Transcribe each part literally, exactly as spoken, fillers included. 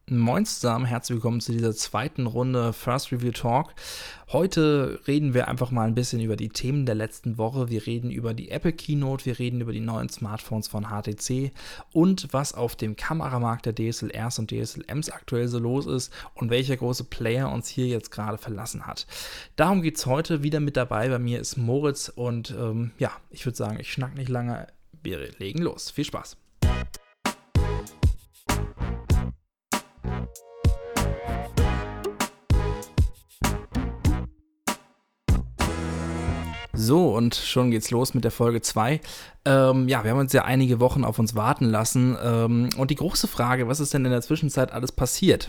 Moin zusammen, herzlich willkommen zu dieser zweiten Runde First Review Talk. Heute reden wir einfach mal ein bisschen über die Themen der letzten Woche. Wir reden über die Apple Keynote, wir reden über die neuen Smartphones von H T C und was auf dem Kameramarkt der D S L Rs und D S L Ms aktuell so los ist und welcher große Player uns hier jetzt gerade verlassen hat. Darum geht es heute. Wieder mit dabei bei mir ist Moritz und ähm, ja, ich würde sagen, ich schnack nicht lange, wir legen los. Viel Spaß! So, und schon geht's los mit der Folge zwei. Ähm, ja, wir haben uns ja einige Wochen auf uns warten lassen. Ähm, und die große Frage, was ist denn in der Zwischenzeit alles passiert?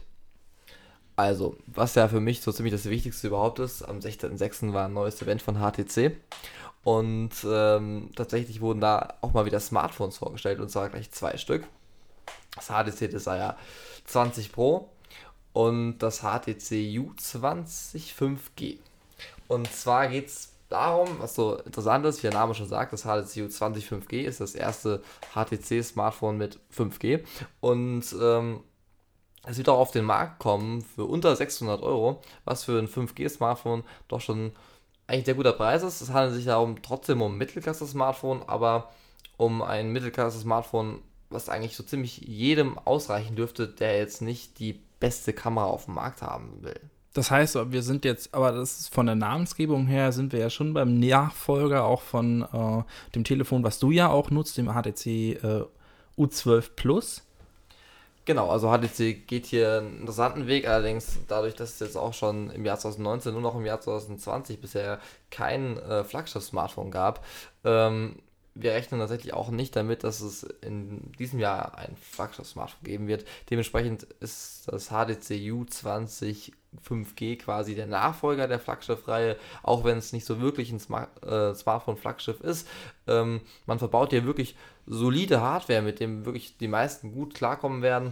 Also, was ja für mich so ziemlich das Wichtigste überhaupt ist, am sechzehnten sechsten war ein neues Event von H T C. Und ähm, tatsächlich wurden da auch mal wieder Smartphones vorgestellt, und zwar gleich zwei Stück. Das H T C Desire zwanzig Pro und das H T C U zwanzig fünf G. Und zwar geht es darum, was so interessant ist, wie der Name schon sagt, das H T C U zwanzig fünf G ist das erste H T C-Smartphone mit fünf G. Und ähm, es wird auch auf den Markt kommen für unter sechshundert Euro, was für ein fünf G-Smartphone doch schon eigentlich der guter Preis ist. Es handelt sich darum trotzdem um ein Mittelklasse-Smartphone, aber um ein Mittelklasse-Smartphone, was eigentlich so ziemlich jedem ausreichen dürfte, der jetzt nicht die beste Kamera auf dem Markt haben will. Das heißt, wir sind jetzt, aber das ist von der Namensgebung her, sind wir ja schon beim Nachfolger auch von äh, dem Telefon, was du ja auch nutzt, dem H T C äh, U zwölf Plus. Genau, also H T C geht hier einen interessanten Weg, allerdings dadurch, dass es jetzt auch schon im Jahr zwanzig neunzehn und noch im Jahr zwanzig zwanzig bisher kein äh, Flaggschiff-Smartphone gab. Ähm, wir rechnen tatsächlich auch nicht damit, dass es in diesem Jahr ein Flaggschiff-Smartphone geben wird. Dementsprechend ist das H T C U zwanzig fünf G quasi der Nachfolger der Flaggschiff-Reihe, auch wenn es nicht so wirklich ein Smart- äh, Smartphone-Flaggschiff ist. Ähm, man verbaut hier wirklich solide Hardware, mit dem wirklich die meisten gut klarkommen werden.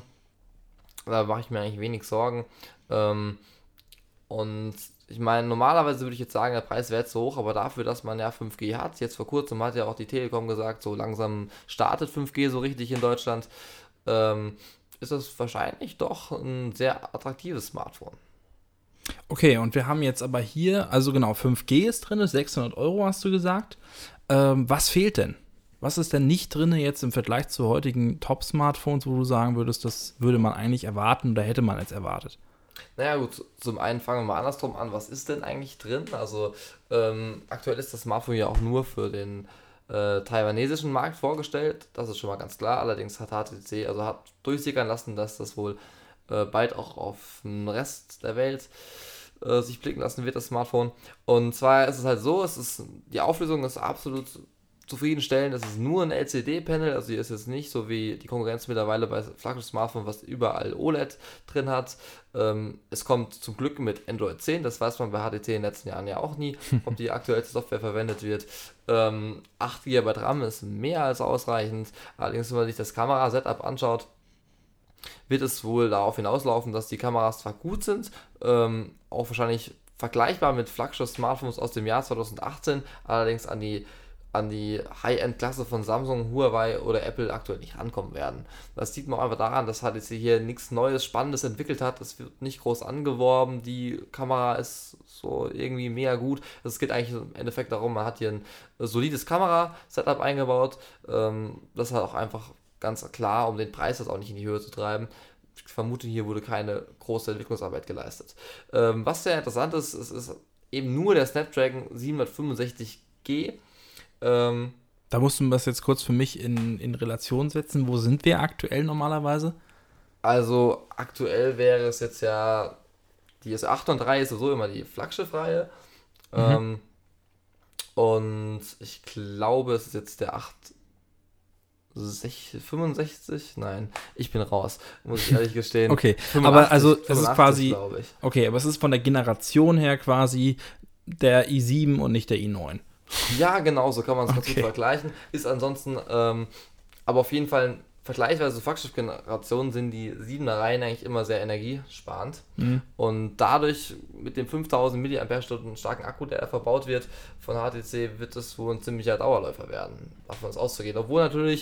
Da mache ich mir eigentlich wenig Sorgen. Ähm, und ich meine, normalerweise würde ich jetzt sagen, der Preis wäre jetzt so hoch, aber dafür, dass man ja fünf G hat, jetzt vor kurzem hat ja auch die Telekom gesagt, so langsam startet fünf G so richtig in Deutschland, ähm, ist das wahrscheinlich doch ein sehr attraktives Smartphone. Okay, und wir haben jetzt aber hier, also genau, fünf G ist drin, sechshundert Euro hast du gesagt. Ähm, was fehlt denn? Was ist denn nicht drin jetzt im Vergleich zu heutigen Top-Smartphones, wo du sagen würdest, das würde man eigentlich erwarten oder hätte man jetzt erwartet? Naja gut, zum einen fangen wir mal andersrum an, was ist denn eigentlich drin? Also ähm, aktuell ist das Smartphone ja auch nur für den äh, taiwanesischen Markt vorgestellt, das ist schon mal ganz klar. Allerdings hat H T C, also hat durchsickern lassen, dass das wohl äh, bald auch auf den Rest der Welt äh, sich blicken lassen wird, das Smartphone. Und zwar ist es halt so, es ist, die Auflösung ist absolut zufriedenstellend. Es ist nur ein L C D-Panel, also hier ist jetzt nicht so wie die Konkurrenz mittlerweile bei Flaggschiff-Smartphone, was überall O L E D drin hat. Ähm, es kommt zum Glück mit Android zehn, das weiß man bei H T C in den letzten Jahren ja auch nie, ob die aktuellste Software verwendet wird. Ähm, acht Gigabyte RAM ist mehr als ausreichend. Allerdings, wenn man sich das Kamera-Setup anschaut, wird es wohl darauf hinauslaufen, dass die Kameras zwar gut sind, ähm, auch wahrscheinlich vergleichbar mit Flaggschiff-Smartphones aus dem Jahr zwanzig achtzehn, allerdings an die an die High-End-Klasse von Samsung, Huawei oder Apple aktuell nicht rankommen werden. Das sieht man auch einfach daran, dass H T C hier nichts Neues, Spannendes entwickelt hat. Es wird nicht groß angeworben, die Kamera ist so irgendwie mega gut. Es geht eigentlich im Endeffekt darum, man hat hier ein solides Kamera-Setup eingebaut. Ähm, das ist halt auch einfach ganz klar, um den Preis das auch nicht in die Höhe zu treiben. Ich vermute, hier wurde keine große Entwicklungsarbeit geleistet. Ähm, was sehr interessant ist, es ist eben nur der Snapdragon siebenhundertfünfundsechzig G. Ähm, da musst du das jetzt kurz für mich in, in Relation setzen. Wo sind wir aktuell normalerweise? Also aktuell wäre es jetzt ja, die S acht und drei ist sowieso immer die Flaggschiff-Reihe. Mhm. Ähm, und ich glaube, es ist jetzt der acht fünfundsechzig? Nein, ich bin raus, muss ich ehrlich gestehen. Okay, aber also es ist quasi, okay, aber es ist von der Generation her quasi der i sieben und nicht der i neun. Ja, genau, so kann man es ganz gut vergleichen. Ist ansonsten, ähm, aber auf jeden Fall vergleichsweise Flaggschiff-Generationen sind die siebener Reihen eigentlich immer sehr energiesparend. Mhm. Und dadurch mit dem fünftausend Milliampere-Stunden starken Akku, der verbaut wird von H T C, wird es wohl ein ziemlicher Dauerläufer werden, davon ist auszugehen. Obwohl natürlich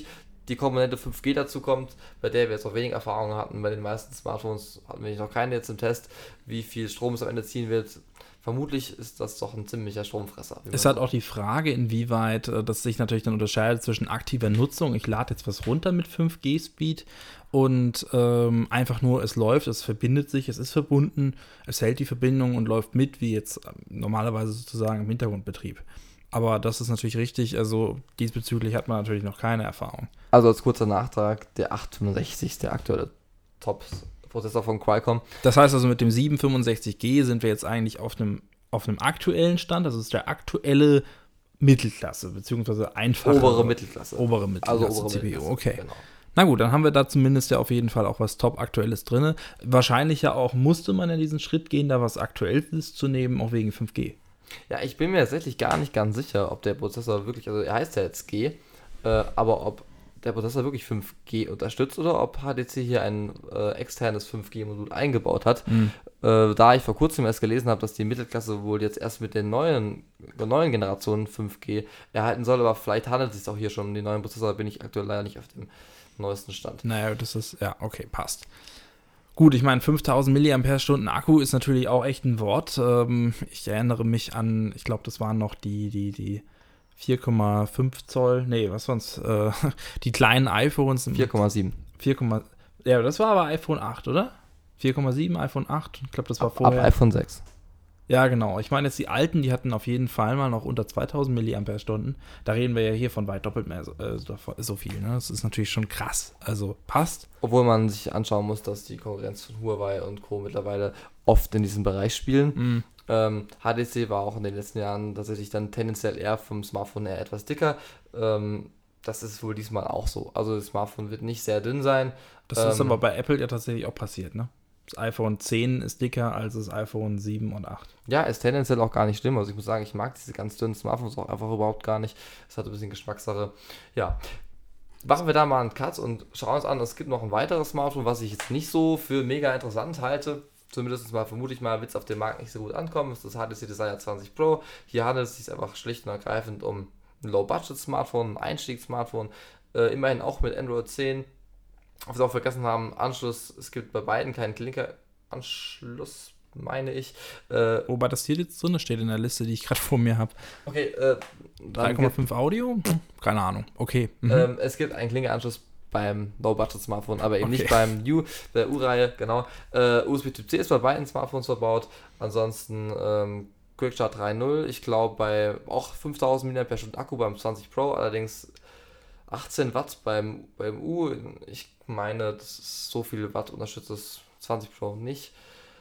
die Komponente fünf G dazu kommt, bei der wir jetzt noch wenig Erfahrung hatten. Bei den meisten Smartphones hatten wir noch keine jetzt im Test, wie viel Strom es am Ende ziehen wird. Vermutlich ist das doch ein ziemlicher Stromfresser. Es hat auch die Frage, inwieweit äh, das sich natürlich dann unterscheidet zwischen aktiver Nutzung, ich lade jetzt was runter mit fünf G Speed und ähm, einfach nur, es läuft, es verbindet sich, es ist verbunden, es hält die Verbindung und läuft mit, wie jetzt äh, normalerweise sozusagen im Hintergrundbetrieb. Aber das ist natürlich richtig, also diesbezüglich hat man natürlich noch keine Erfahrung. Also als kurzer Nachtrag, der acht fünfundsechzig ist der aktuelle Top-Prozessor von Qualcomm. Das heißt also, mit dem sieben fünfundsechzig G sind wir jetzt eigentlich auf einem, auf einem aktuellen Stand, das ist der aktuelle Mittelklasse, beziehungsweise einfache. Obere Mittelklasse. Obere Mittelklasse also obere C P U, Mittelklasse, okay. Genau. Na gut, dann haben wir da zumindest ja auf jeden Fall auch was Top-Aktuelles drin. Wahrscheinlich ja auch musste man ja diesen Schritt gehen, da was Aktuelles zu nehmen, auch wegen fünf G. Ja, ich bin mir tatsächlich gar nicht ganz sicher, ob der Prozessor wirklich, also er heißt ja jetzt G, äh, aber ob der Prozessor wirklich fünf G unterstützt oder ob H T C hier ein äh, externes fünf G-Modul eingebaut hat. Mhm. Äh, da ich vor kurzem erst gelesen habe, dass die Mittelklasse wohl jetzt erst mit den neuen, der neuen Generationen fünf G erhalten soll, aber vielleicht handelt es sich auch hier schon um den neuen Prozessor, da bin ich aktuell leider nicht auf dem neuesten Stand. Naja, das ist, ja, okay, passt. Gut, ich meine, fünftausend Milliampere-Stunden Akku ist natürlich auch echt ein Wort. Ähm, ich erinnere mich an, ich glaube, das waren noch die, die, die vier Komma fünf Zoll, nee, was waren's? Äh, die kleinen iPhones. vier Komma sieben. vier, ja, das war aber iPhone acht, oder? vier Komma sieben, iPhone acht. Ich glaube, das war vorher. Ab iPhone sechs. Ja, genau. Ich meine jetzt die alten, die hatten auf jeden Fall mal noch unter zweitausend Milliampere-Stunden. Da reden wir ja hier von weit doppelt mehr so, äh, so viel. Ne? Das ist natürlich schon krass. Also passt. Obwohl man sich anschauen muss, dass die Konkurrenz von Huawei und Co. mittlerweile oft in diesem Bereich spielen. Mm. Ähm, H T C war auch in den letzten Jahren tatsächlich dann tendenziell eher vom Smartphone eher etwas dicker. Ähm, das ist wohl diesmal auch so. Also das Smartphone wird nicht sehr dünn sein. Das ähm, ist aber bei Apple ja tatsächlich auch passiert, ne? Das iPhone zehn ist dicker als das iPhone sieben und acht. Ja, ist tendenziell auch gar nicht schlimm. Also ich muss sagen, ich mag diese ganz dünnen Smartphones auch einfach überhaupt gar nicht. Es hat ein bisschen Geschmackssache. Ja, machen wir da mal einen Cut und schauen uns an, es gibt noch ein weiteres Smartphone, was ich jetzt nicht so für mega interessant halte. Zumindest mal vermute ich mal, wird es auf dem Markt nicht so gut ankommen. Das ist das H T C Desire zwanzig Pro. Hier handelt es sich einfach schlicht und ergreifend um ein Low-Budget-Smartphone, ein Einstiegssmartphone. Äh, immerhin auch mit Android zehn. Was wir auch vergessen haben, Anschluss, es gibt bei beiden keinen Klinker-Anschluss, meine ich. Äh, Wobei das hier jetzt drin steht in der Liste, die ich gerade vor mir habe. Okay, äh, drei Komma fünf Audio? Keine Ahnung, okay. Mhm. Ähm, es gibt einen Klinker-Anschluss beim Low-Budget-Smartphone, aber eben okay. nicht beim U, der U-Reihe, genau. Äh, U S B Typ C ist bei beiden Smartphones verbaut, ansonsten ähm, Quickstart drei Punkt null, ich glaube bei auch fünftausend Milliampere-Stunden Akku beim zwanzig Pro, allerdings achtzehn Watt beim, beim U, ich meine, das ist so viele Watt unterstützt das zwanzig Pro nicht.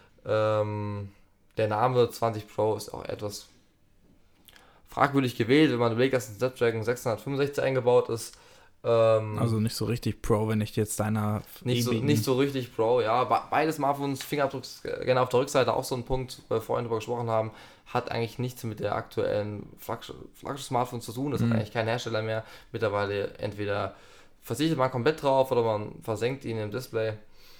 Ähm, der Name zwanzig Pro ist auch etwas fragwürdig gewählt, wenn man überlegt, dass ein Snapdragon sechshundertfünfundsechzig eingebaut ist. Ähm, also nicht so richtig Pro, wenn ich jetzt deiner... Nicht so, nicht so richtig Pro, ja. Beide Smartphones, Fingerabdruck, gerne auf der Rückseite auch so ein Punkt, wo wir vorhin drüber gesprochen haben, hat eigentlich nichts mit der aktuellen Flaggschiff-Smartphones zu tun. Das mhm. hat eigentlich kein Hersteller mehr. Mittlerweile entweder verzichtet man komplett drauf oder man versenkt ihn im Display.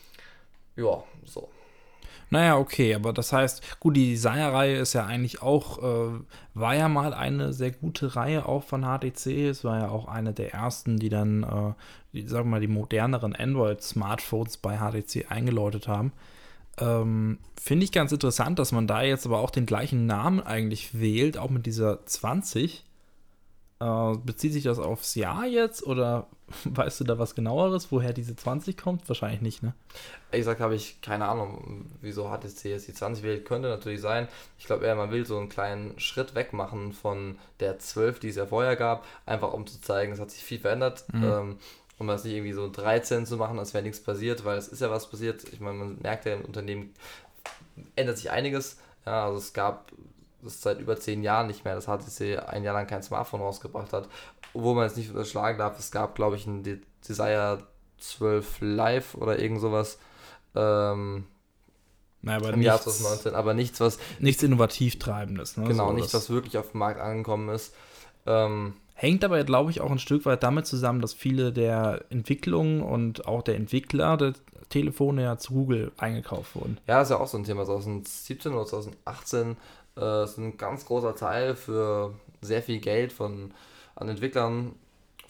Ja, so. Naja, okay, aber das heißt, gut, die Desire-Reihe ist ja eigentlich auch, äh, war ja mal eine sehr gute Reihe auch von H T C. Es war ja auch eine der ersten, die dann, äh, die, sagen wir mal, die moderneren Android-Smartphones bei H T C eingeläutet haben. Ähm, finde ich ganz interessant, dass man da jetzt aber auch den gleichen Namen eigentlich wählt, auch mit dieser zwanzig. Äh, bezieht sich das aufs Jahr jetzt oder weißt du da was genaueres, woher diese zwanzig kommt? Wahrscheinlich nicht, ne? Ehrlich gesagt habe ich keine Ahnung, wieso H T C jetzt die zwanzig wählt. Könnte natürlich sein. Ich glaube eher, man will so einen kleinen Schritt weg machen von der zwölf, die es ja vorher gab, einfach um zu zeigen, es hat sich viel verändert. Mhm. Ähm, um das nicht irgendwie so dreizehn zu machen, als wäre nichts passiert, weil es ist ja was passiert. Ich meine, man merkt ja im Unternehmen, ändert sich einiges. Ja, also es gab das seit über zehn Jahren nicht mehr, dass H T C ein Jahr lang kein Smartphone rausgebracht hat. Obwohl man es nicht unterschlagen darf, es gab, glaube ich, ein Desire zwölf Live oder irgend sowas ähm, Na, aber im nichts, Jahr zwanzig neunzehn, aber nichts, was... Nichts Innovativ-Treibendes. Ne? Genau, so, nichts, was wirklich auf den Markt angekommen ist. Ähm, Hängt aber, glaube ich, auch ein Stück weit damit zusammen, dass viele der Entwicklungen und auch der Entwickler der Telefone ja zu Google eingekauft wurden. Ja, das ist ja auch so ein Thema. zwanzig siebzehn oder zwanzig achtzehn äh, ist ein ganz großer Teil für sehr viel Geld von an Entwicklern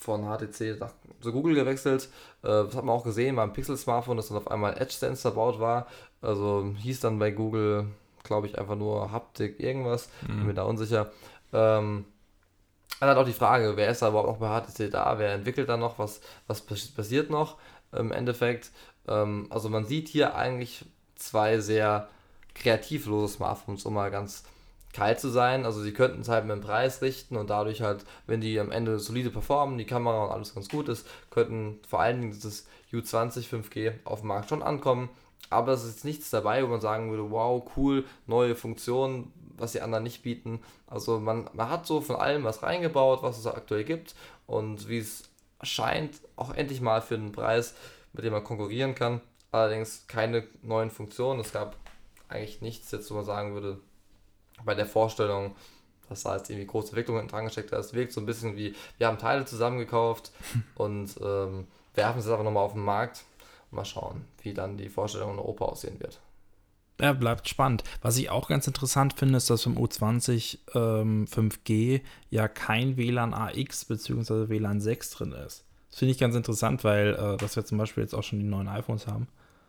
von H T C nach, zu Google gewechselt. Äh, das hat man auch gesehen beim Pixel-Smartphone, dass dann auf einmal Edge Sense verbaut war. Also hieß dann bei Google, glaube ich, einfach nur Haptik irgendwas. Mhm. Bin mir da unsicher. Ähm, dann hat auch die Frage, wer ist da überhaupt noch bei H T C da? Wer entwickelt da noch? Was, was passiert noch im Endeffekt? Ähm, also man sieht hier eigentlich zwei sehr kreativlose Smartphones, um mal ganz kalt zu sein. Also sie könnten es halt mit dem Preis richten und dadurch halt, wenn die am Ende solide performen, die Kamera und alles ganz gut ist, könnten vor allen Dingen dieses U zwanzig fünf G auf dem Markt schon ankommen. Aber es ist jetzt nichts dabei, wo man sagen würde, wow, cool, neue Funktionen, was die anderen nicht bieten. Also man, man hat so von allem was reingebaut, was es aktuell gibt und wie es scheint, auch endlich mal für einen Preis, mit dem man konkurrieren kann. Allerdings keine neuen Funktionen. Es gab eigentlich nichts, jetzt wo man sagen würde, bei der Vorstellung, dass da jetzt irgendwie große Entwicklung dran gesteckt ist. Es wirkt so ein bisschen wie, wir haben Teile zusammengekauft und ähm, werfen es einfach nochmal auf den Markt und mal schauen, wie dann die Vorstellung in Europa aussehen wird. Ja, bleibt spannend. Was ich auch ganz interessant finde, ist, dass beim U zwanzig ähm, fünf G ja kein W L A N A X bzw. W L A N sechs drin ist. Das finde ich ganz interessant, weil äh, dass wir zum Beispiel jetzt auch schon die neuen iPhones haben.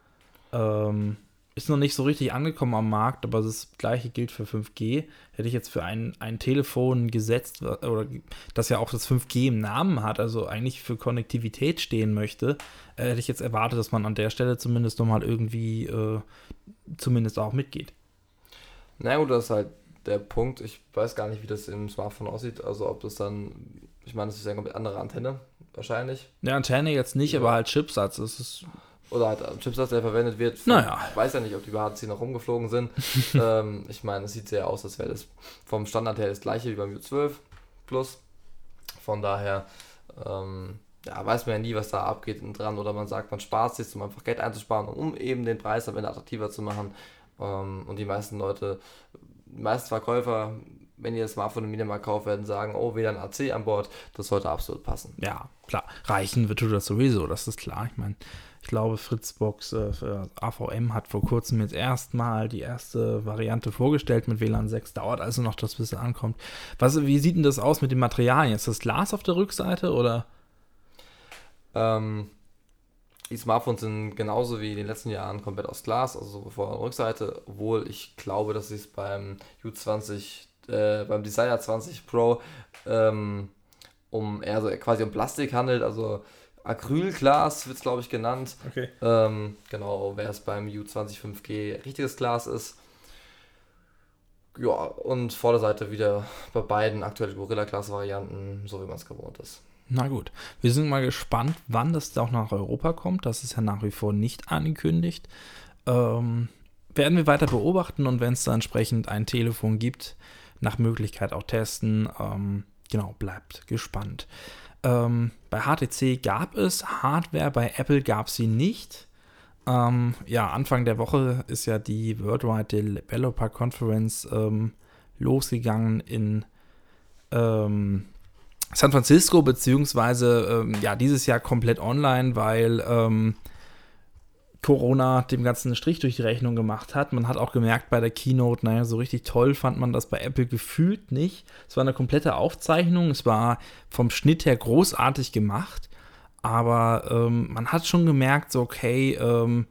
Ähm, ist noch nicht so richtig angekommen am Markt, aber das Gleiche gilt für fünf G. Hätte ich jetzt für ein, ein Telefon gesetzt, oder das ja auch das fünf G im Namen hat, also eigentlich für Konnektivität stehen möchte, äh, hätte ich jetzt erwartet, dass man an der Stelle zumindest nochmal irgendwie äh, zumindest auch mitgeht. Na gut, das ist halt der Punkt. Ich weiß gar nicht, wie das im Smartphone aussieht. Also ob das dann, ich meine, das ist ja eine komplett andere Antenne wahrscheinlich. Ja, Antenne jetzt nicht, ja. Aber halt Chipsatz. Das ist Oder halt ein Chipsatz, der verwendet wird. Von, naja. Ich weiß ja nicht, ob die bei H T C noch rumgeflogen sind. ähm, ich meine, es sieht sehr aus, als wäre das vom Standard her das gleiche wie beim U zwölf Plus. Von daher ähm, ja, weiß man ja nie, was da abgeht dran. Oder man sagt, man spart sich, um einfach Geld einzusparen, um eben den Preis am Ende attraktiver zu machen. Ähm, und die meisten Leute, die meisten Verkäufer, wenn ihr das Smartphone im Mediamarkt kauft, werden sagen, oh, W L A N A C an Bord, das sollte absolut passen. Ja, klar. Reichen wird tut das sowieso, das ist klar. Ich meine, ich glaube, Fritzbox äh, für A V M hat vor kurzem jetzt erstmal die erste Variante vorgestellt mit W L A N sechs. Dauert also noch, dass bis es ankommt. Was, wie sieht denn das aus mit den Materialien? Ist das Glas auf der Rückseite oder? Ähm, die Smartphones sind genauso wie in den letzten Jahren komplett aus Glas, also vor der Rückseite, obwohl ich glaube, dass es beim U zwanzig, äh, beim Desire zwanzig Pro ähm, um eher so quasi um Plastik handelt, also Acrylglas wird es, glaube ich, genannt. Okay. Ähm, genau, wer es beim U zwanzig fünf G richtiges Glas ist. Ja, und Vorderseite wieder bei beiden aktuelle Gorilla-Glas-Varianten, so wie man es gewohnt ist. Na gut, wir sind mal gespannt, wann das auch nach Europa kommt. Das ist ja nach wie vor nicht angekündigt. Ähm, werden wir weiter beobachten und wenn es da entsprechend ein Telefon gibt, nach Möglichkeit auch testen. Ähm, genau, bleibt gespannt. Ähm, bei H T C gab es Hardware, bei Apple gab es sie nicht. Ähm, ja, Anfang der Woche ist ja die Worldwide Developer Conference ähm, losgegangen in ähm, San Francisco, beziehungsweise ähm, ja, dieses Jahr komplett online, weil ähm, Corona dem Ganzen einen Strich durch die Rechnung gemacht hat. Man hat auch gemerkt bei der Keynote, naja, so richtig toll fand man das bei Apple gefühlt nicht. Es war eine komplette Aufzeichnung, es war vom Schnitt her großartig gemacht, aber ähm, man hat schon gemerkt, so okay, ähm,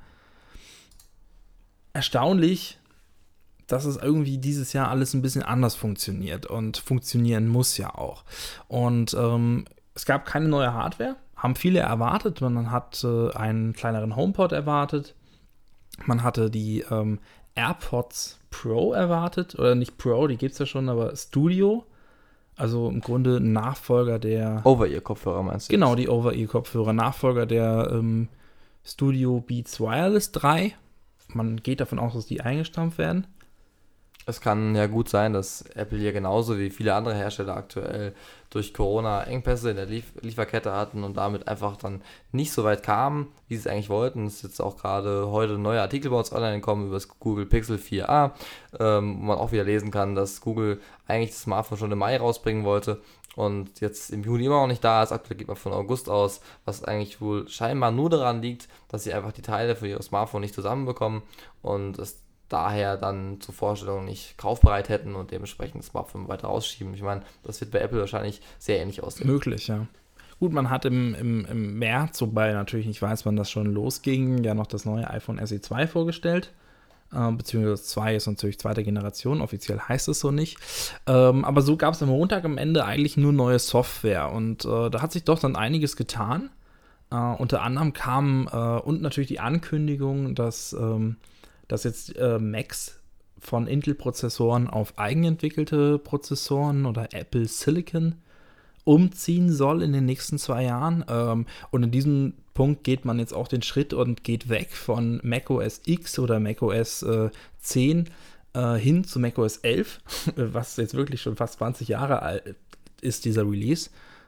erstaunlich, dass es irgendwie dieses Jahr alles ein bisschen anders funktioniert und funktionieren muss ja auch. Und ähm, es gab keine neue Hardware, haben viele erwartet. Man hat äh, einen kleineren HomePod erwartet. Man hatte die ähm, AirPods Pro erwartet. Oder nicht Pro, die gibt es ja schon, aber Studio. Also im Grunde ein Nachfolger der... Over-Ear-Kopfhörer meinst du? Genau, die Over-Ear-Kopfhörer. Nachfolger der ähm, Studio Beats Wireless drei. Man geht davon aus, dass die eingestampft werden. Es kann ja gut sein, dass Apple hier genauso wie viele andere Hersteller aktuell durch Corona Engpässe in der Lief- Lieferkette hatten und damit einfach dann nicht so weit kamen, wie sie es eigentlich wollten. Es ist jetzt auch gerade heute ein neuer Artikel bei uns online gekommen über das Google Pixel vier a, ähm, wo man auch wieder lesen kann, dass Google eigentlich das Smartphone schon im Mai rausbringen wollte und jetzt im Juni immer noch nicht da ist. Aktuell geht man von August aus, was eigentlich wohl scheinbar nur daran liegt, dass sie einfach die Teile für ihr Smartphone nicht zusammenbekommen und es daher dann zur Vorstellung nicht kaufbereit hätten und dementsprechend das Smartphone weiter rausschieben. Ich meine, das wird bei Apple wahrscheinlich sehr ähnlich aussehen. Möglich, ja. Gut, man hat im, im, im März, wobei natürlich nicht weiß, wann das schon losging, ja noch das neue iPhone S E zwei vorgestellt. Äh, beziehungsweise zwei ist natürlich zweite Generation, offiziell heißt es so nicht. Ähm, aber so gab es am Montag am Ende eigentlich nur neue Software. Und äh, da hat sich doch dann einiges getan. Äh, unter anderem kam äh, und natürlich die Ankündigung, dass, ähm, dass jetzt äh, Macs von Intel-Prozessoren auf eigenentwickelte Prozessoren oder Apple Silicon umziehen soll in den nächsten zwei Jahren. Ähm, und in diesem Punkt geht man jetzt auch den Schritt und geht weg von macOS X oder macOS äh, zehn äh, hin zu macOS elf, was jetzt wirklich schon fast zwanzig Jahre alt ist, dieser Release.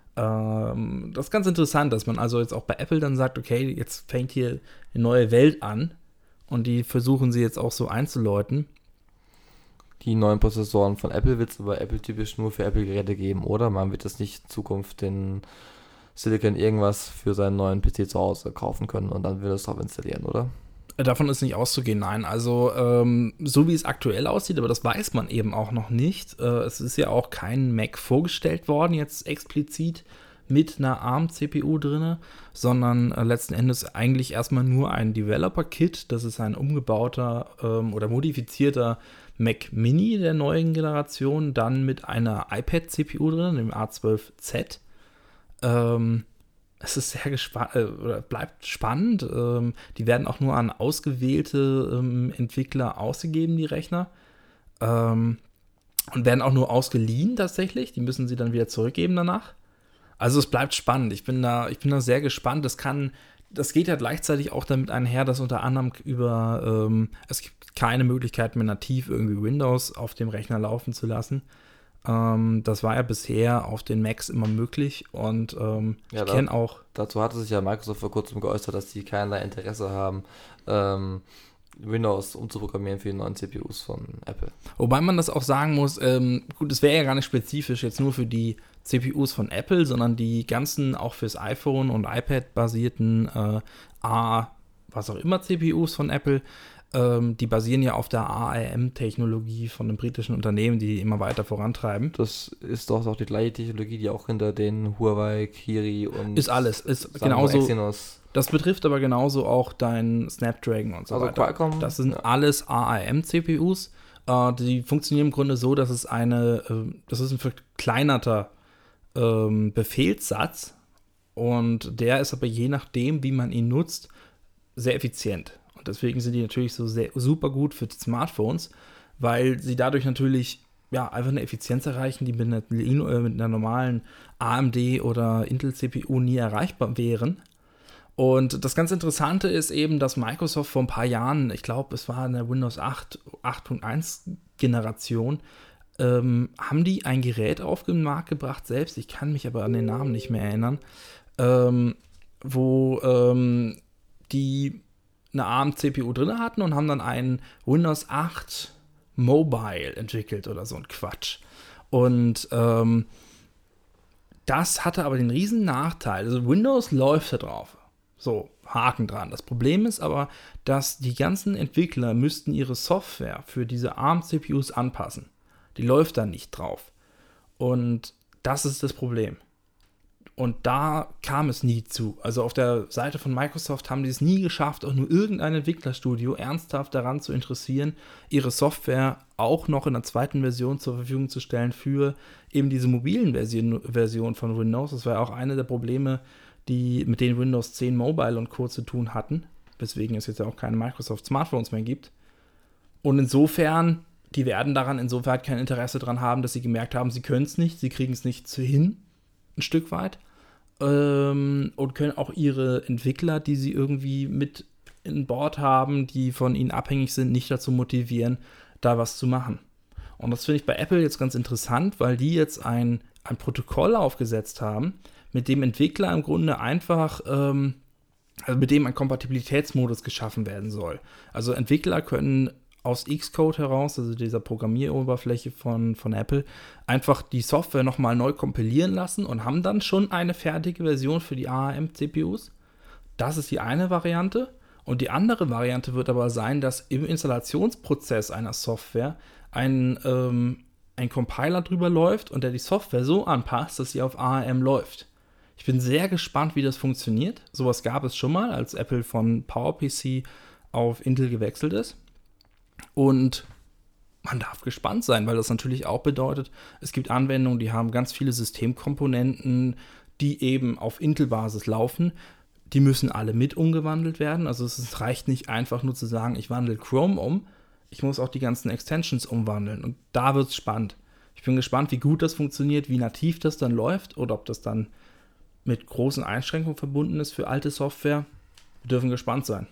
Ähm, das ist ganz interessant, dass man also jetzt auch bei Apple dann sagt, okay, jetzt fängt hier eine neue Welt an und die versuchen sie jetzt auch so einzuläuten. Die neuen Prozessoren von Apple wird es aber Apple-typisch nur für Apple-Geräte geben, oder? Man wird es nicht in Zukunft den Silicon irgendwas für seinen neuen P C zu Hause kaufen können und dann wird es drauf installieren, oder? Davon ist nicht auszugehen, nein. Also ähm, so wie es aktuell aussieht, aber das weiß man eben auch noch nicht. Äh, es ist ja auch kein Mac vorgestellt worden, jetzt explizit mit einer ARM-C P U drin, sondern äh, letzten Endes eigentlich erstmal nur ein Developer-Kit. Das ist ein umgebauter ähm, oder modifizierter Mac Mini der neuen Generation, dann mit einer iPad-C P U drin, dem A zwölf Z. Ähm, es ist sehr gespannt, äh, oder bleibt spannend. Ähm, die werden auch nur an ausgewählte ähm, Entwickler ausgegeben, die Rechner. Ähm, und werden auch nur ausgeliehen tatsächlich. Die müssen sie dann wieder zurückgeben danach. Also es bleibt spannend. Ich bin da, ich bin da sehr gespannt. Das kann, das geht ja gleichzeitig auch damit einher, dass unter anderem über, ähm, es gibt keine Möglichkeit mehr nativ irgendwie Windows auf dem Rechner laufen zu lassen. Ähm, das war ja bisher auf den Macs immer möglich und ähm, ja, ich kenne auch. Dazu hatte sich ja Microsoft vor kurzem geäußert, dass die keinerlei Interesse haben, ähm, Windows umzuprogrammieren für die neuen C P Us von Apple. Wobei man das auch sagen muss, ähm, gut, es wäre ja gar nicht spezifisch jetzt nur für die C P Us von Apple, sondern die ganzen auch fürs iPhone und iPad basierten äh, A, was auch immer C P Us von Apple, ähm, die basieren ja auf der A R M-Technologie von einem britischen Unternehmen, die immer weiter vorantreiben. Das ist doch auch die gleiche Technologie, die auch hinter den Huawei, Kirin und ist alles, ist genauso. Exynos. Das betrifft aber genauso auch dein Snapdragon und so also weiter. Qualcomm, das sind ja. alles A R M-C P Us. Äh, die funktionieren im Grunde so, dass es eine, äh, das ist ein verkleinerter ähm, Befehlssatz und der ist aber je nachdem, wie man ihn nutzt, sehr effizient. Und deswegen sind die natürlich so sehr, super gut für die Smartphones, weil sie dadurch natürlich ja, einfach eine Effizienz erreichen, die mit einer, äh, mit einer normalen A M D oder Intel-C P U nie erreichbar wären. Und das ganz Interessante ist eben, dass Microsoft vor ein paar Jahren, ich glaube, es war in der Windows acht, acht Punkt eins Generation, ähm, haben die ein Gerät auf den Markt gebracht selbst, ich kann mich aber an den Namen nicht mehr erinnern, ähm, wo ähm, die eine A R M-C P U drin hatten und haben dann einen Windows acht Mobile entwickelt oder so ein Quatsch. Und ähm, das hatte aber den riesen Nachteil, also Windows läuft da drauf. So, Haken dran. Das Problem ist aber, dass die ganzen Entwickler müssten ihre Software für diese A R M-C P Us anpassen. Die läuft da nicht drauf. Und das ist das Problem. Und da kam es nie zu. Also auf der Seite von Microsoft haben die es nie geschafft, auch nur irgendein Entwicklerstudio ernsthaft daran zu interessieren, ihre Software auch noch in der zweiten Version zur Verfügung zu stellen für eben diese mobilen Version, Version von Windows. Das war ja auch eine der Probleme, die mit denen Windows zehn Mobile und Co. zu tun hatten, weswegen es jetzt ja auch keine Microsoft-Smartphones mehr gibt. Und insofern, die werden daran insofern kein Interesse daran haben, dass sie gemerkt haben, sie können es nicht, sie kriegen es nicht hin, ein Stück weit, ähm, und können auch ihre Entwickler, die sie irgendwie mit in Bord haben, die von ihnen abhängig sind, nicht dazu motivieren, da was zu machen. Und das finde ich bei Apple jetzt ganz interessant, weil die jetzt ein, ein Protokoll aufgesetzt haben, mit dem Entwickler im Grunde einfach, ähm, also mit dem ein Kompatibilitätsmodus geschaffen werden soll. Also Entwickler können aus Xcode heraus, also dieser Programmieroberfläche von, von Apple, einfach die Software nochmal neu kompilieren lassen und haben dann schon eine fertige Version für die A R M-C P Us. Das ist die eine Variante. Und die andere Variante wird aber sein, dass im Installationsprozess einer Software ein, ähm, ein Compiler drüber läuft und der die Software so anpasst, dass sie auf A R M läuft. Ich bin sehr gespannt, wie das funktioniert. Sowas gab es schon mal, als Apple von PowerPC auf Intel gewechselt ist. Und man darf gespannt sein, weil das natürlich auch bedeutet, es gibt Anwendungen, die haben ganz viele Systemkomponenten, die eben auf Intel-Basis laufen. Die müssen alle mit umgewandelt werden. Also es reicht nicht einfach nur zu sagen, ich wandle Chrome um. Ich muss auch die ganzen Extensions umwandeln. Und da wird es spannend. Ich bin gespannt, wie gut das funktioniert, wie nativ das dann läuft oder ob das dann mit großen Einschränkungen verbunden ist für alte Software. Wir dürfen gespannt sein.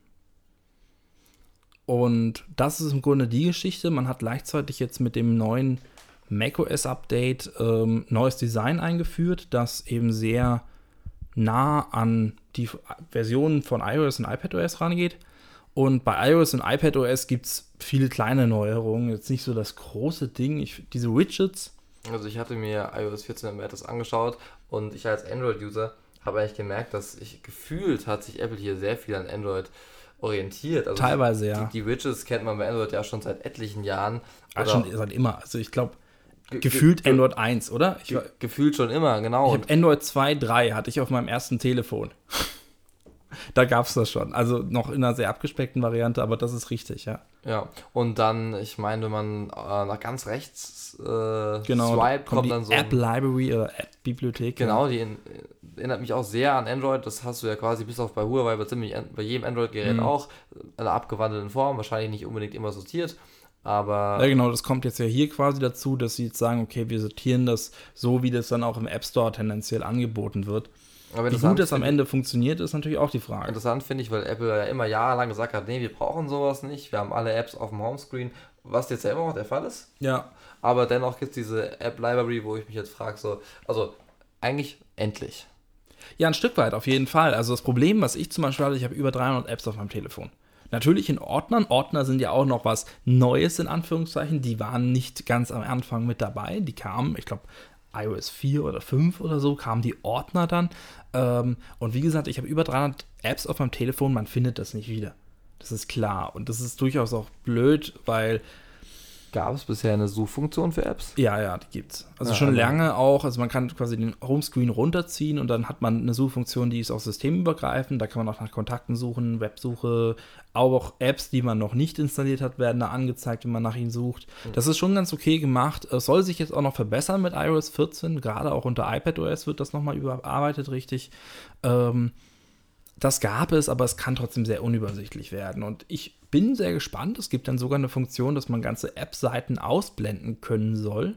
Und das ist im Grunde die Geschichte. Man hat gleichzeitig jetzt mit dem neuen macOS-Update ähm, neues Design eingeführt, das eben sehr nah an die Versionen von iOS und iPadOS rangeht. Und bei iOS und iPadOS gibt es viele kleine Neuerungen. Jetzt nicht so das große Ding. Ich, diese Widgets. Also ich hatte mir iOS vierzehn etwas angeschaut und ich als Android-User habe eigentlich gemerkt, dass ich gefühlt hat sich Apple hier sehr viel an Android orientiert. Also teilweise, ja. Die, die Widgets kennt man bei Android ja schon seit etlichen Jahren. Oder schon seit immer. Also ich glaube, ge- gefühlt ge- Android eins, oder? Ich, ge- gefühlt schon immer, genau. Ich habe Android zwei, drei hatte ich auf meinem ersten Telefon. Da gab es das schon. Also noch in einer sehr abgespeckten Variante, aber das ist richtig, ja. Ja, und dann, ich meine, wenn man äh, nach ganz rechts äh, genau, swipe, kommt, kommt dann so App Library oder App Bibliothek. Genau, die in, erinnert mich auch sehr an Android. Das hast du ja quasi bis auf bei Huawei, bei ziemlich bei jedem Android-Gerät mhm. auch, in einer abgewandelten Form, wahrscheinlich nicht unbedingt immer sortiert. Aber ja, genau, das kommt jetzt ja hier quasi dazu, dass sie jetzt sagen, okay, wir sortieren das so, wie das dann auch im App Store tendenziell angeboten wird. Aber wie gut das am Ende funktioniert, ist natürlich auch die Frage. Interessant finde ich, weil Apple ja immer jahrelang gesagt hat, nee, wir brauchen sowas nicht, wir haben alle Apps auf dem Homescreen, was jetzt ja immer noch der Fall ist. Ja. Aber dennoch gibt es diese App-Library, wo ich mich jetzt frage, so, also eigentlich endlich. Ja, ein Stück weit, auf jeden Fall. Also das Problem, was ich zum Beispiel hatte, ich habe über dreihundert Apps auf meinem Telefon. Natürlich in Ordnern. Ordner sind ja auch noch was Neues, in Anführungszeichen. Die waren nicht ganz am Anfang mit dabei. Die kamen, ich glaube, iOS vier oder fünf oder so, kamen die Ordner dann. Ähm, und wie gesagt, ich habe über dreihundert Apps auf meinem Telefon, man findet das nicht wieder. Das ist klar. Und das ist durchaus auch blöd, weil gab es bisher eine Suchfunktion für Apps? Ja, ja, die gibt's. Also ja, schon aber lange auch. Also man kann quasi den Homescreen runterziehen und dann hat man eine Suchfunktion, die ist auch systemübergreifend. Da kann man auch nach Kontakten suchen, Websuche. Auch Apps, die man noch nicht installiert hat, werden da angezeigt, wenn man nach ihnen sucht. Mhm. Das ist schon ganz okay gemacht. Es soll sich jetzt auch noch verbessern mit iOS vierzehn. Gerade auch unter iPadOS wird das nochmal überarbeitet, richtig. Ähm, Das gab es, aber es kann trotzdem sehr unübersichtlich werden. Und ich bin sehr gespannt. Es gibt dann sogar eine Funktion, dass man ganze App-Seiten ausblenden können soll.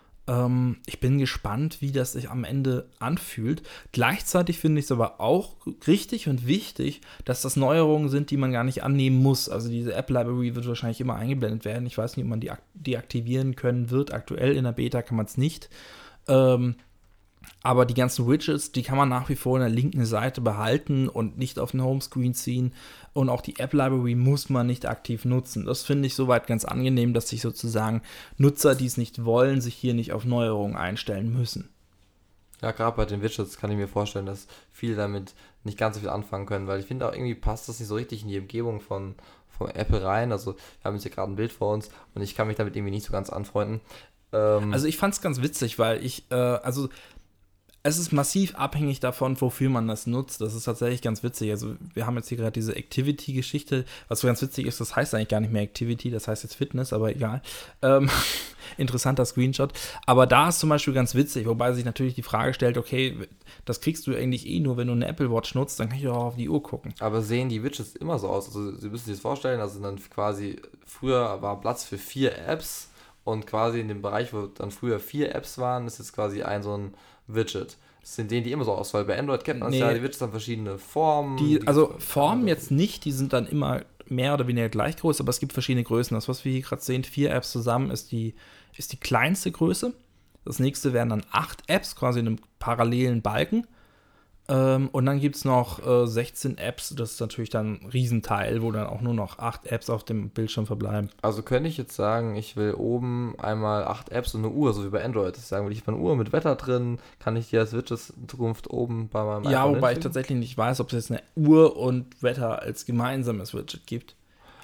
Ähm, ich bin gespannt, wie das sich am Ende anfühlt. Gleichzeitig finde ich es aber auch richtig und wichtig, dass das Neuerungen sind, die man gar nicht annehmen muss. Also diese App-Library wird wahrscheinlich immer eingeblendet werden. Ich weiß nicht, ob man die deaktivieren können wird. Aktuell in der Beta kann man es nicht. Ähm, Aber die ganzen Widgets, die kann man nach wie vor in der linken Seite behalten und nicht auf den Homescreen ziehen. Und auch die App-Library muss man nicht aktiv nutzen. Das finde ich soweit ganz angenehm, dass sich sozusagen Nutzer, die es nicht wollen, sich hier nicht auf Neuerungen einstellen müssen. Ja, gerade bei den Widgets kann ich mir vorstellen, dass viele damit nicht ganz so viel anfangen können, weil ich finde auch irgendwie passt das nicht so richtig in die Umgebung von, von Apple rein. Also wir haben jetzt hier gerade ein Bild vor uns und ich kann mich damit irgendwie nicht so ganz anfreunden. Ähm also ich fand es ganz witzig, weil ich, äh, also es ist massiv abhängig davon, wofür man das nutzt. Das ist tatsächlich ganz witzig. Also wir haben jetzt hier gerade diese Activity-Geschichte, was so ganz witzig ist, das heißt eigentlich gar nicht mehr Activity, das heißt jetzt Fitness, aber egal. Ähm, interessanter Screenshot. Aber da ist zum Beispiel ganz witzig, wobei sich natürlich die Frage stellt, okay, das kriegst du eigentlich eh nur, wenn du eine Apple Watch nutzt, dann kann ich auch auf die Uhr gucken. Aber sehen die Widgets immer so aus? Also Sie müssen sich das vorstellen, also dann quasi, früher war Platz für vier Apps und quasi in dem Bereich, wo dann früher vier Apps waren, ist jetzt quasi ein so ein Widget. Das sind denen, die immer so aus, weil bei Android kennt man nee. ja, die Widgets haben verschiedene Formen. Die, die also Formen jetzt nicht, die sind dann immer mehr oder weniger gleich groß, aber es gibt verschiedene Größen. Das, was wir hier gerade sehen, vier Apps zusammen, ist die, ist die kleinste Größe. Das nächste wären dann acht Apps, quasi in einem parallelen Balken. Ähm, und dann gibt es noch äh, sechzehn Apps, das ist natürlich dann ein Riesenteil, wo dann auch nur noch acht Apps auf dem Bildschirm verbleiben. Also könnte ich jetzt sagen, ich will oben einmal acht Apps und eine Uhr, so wie bei Android. Ich sagen will, ich habe eine Uhr mit Wetter drin, kann ich die als Widgets in Zukunft oben bei meinem Ja, iPhone wobei hinfügen? ich tatsächlich nicht weiß, ob es jetzt eine Uhr und Wetter als gemeinsames Widget gibt.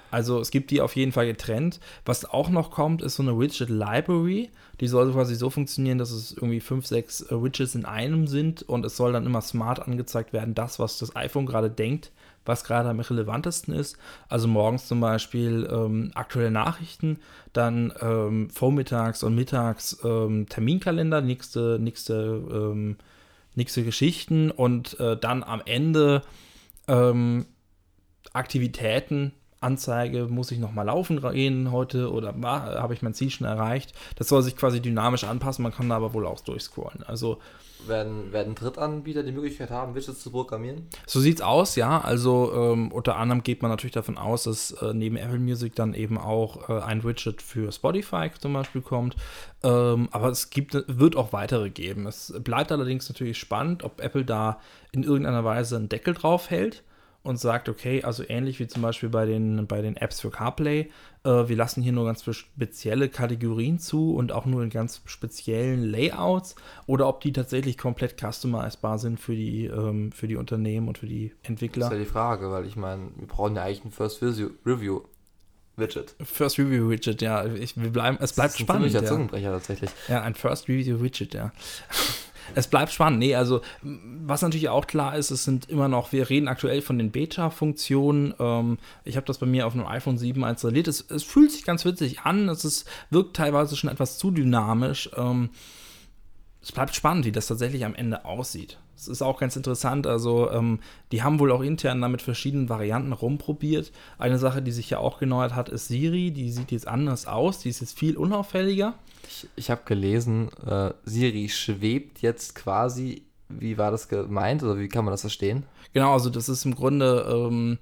Also es gibt die auf jeden Fall getrennt. Was auch noch kommt, ist so eine Widget Library. Die soll quasi so funktionieren, dass es irgendwie fünf, sechs äh, Widgets in einem sind und es soll dann immer smart angezeigt werden, das, was das iPhone gerade denkt, was gerade am relevantesten ist. Also morgens zum Beispiel ähm, aktuelle Nachrichten, dann ähm, vormittags und mittags ähm, Terminkalender, nächste, nächste, ähm, nächste Geschichten und äh, dann am Ende ähm, Aktivitäten, Anzeige, muss ich nochmal laufen gehen heute oder habe ich mein Ziel schon erreicht. Das soll sich quasi dynamisch anpassen, man kann da aber wohl auch durchscrollen. Also Werden, werden Drittanbieter die Möglichkeit haben, Widgets zu programmieren? so sieht's aus, ja. Also ähm, unter anderem geht man natürlich davon aus, dass äh, neben Apple Music dann eben auch äh, ein Widget für Spotify zum Beispiel kommt. Ähm, aber es gibt, wird auch weitere geben. Es bleibt allerdings natürlich spannend, ob Apple da in irgendeiner Weise einen Deckel drauf hält und sagt, okay, also ähnlich wie zum Beispiel bei den, bei den Apps für CarPlay, äh, wir lassen hier nur ganz spezielle Kategorien zu und auch nur in ganz speziellen Layouts, oder ob die tatsächlich komplett customizbar sind für die, ähm, für die Unternehmen und für die Entwickler. Das ist ja die Frage, weil ich meine, wir brauchen ja eigentlich ein First Review Widget. First Review Widget, ja. Ich, wir bleiben, es bleibt das ist ein spannend. ziemlicher Ja. Zungenbrecher tatsächlich. Ja, ein First Review Widget, ja. Es bleibt spannend. Nee, also was natürlich auch klar ist, es sind immer noch, wir reden aktuell von den Beta-Funktionen. Ähm, ich habe das bei mir auf einem iPhone sieben installiert. Es, es fühlt sich ganz witzig an. Es ist, wirkt teilweise schon etwas zu dynamisch. Ähm, es bleibt spannend, wie das tatsächlich am Ende aussieht. Es ist auch ganz interessant, also ähm, die haben wohl auch intern da mit verschiedenen Varianten rumprobiert. Eine Sache, die sich ja auch geneuert hat, ist Siri. Die sieht jetzt anders aus, die ist jetzt viel unauffälliger. Ich, ich habe gelesen, äh, Siri schwebt jetzt quasi, wie war das gemeint oder wie kann man das verstehen? Genau, also das ist im Grunde ähm,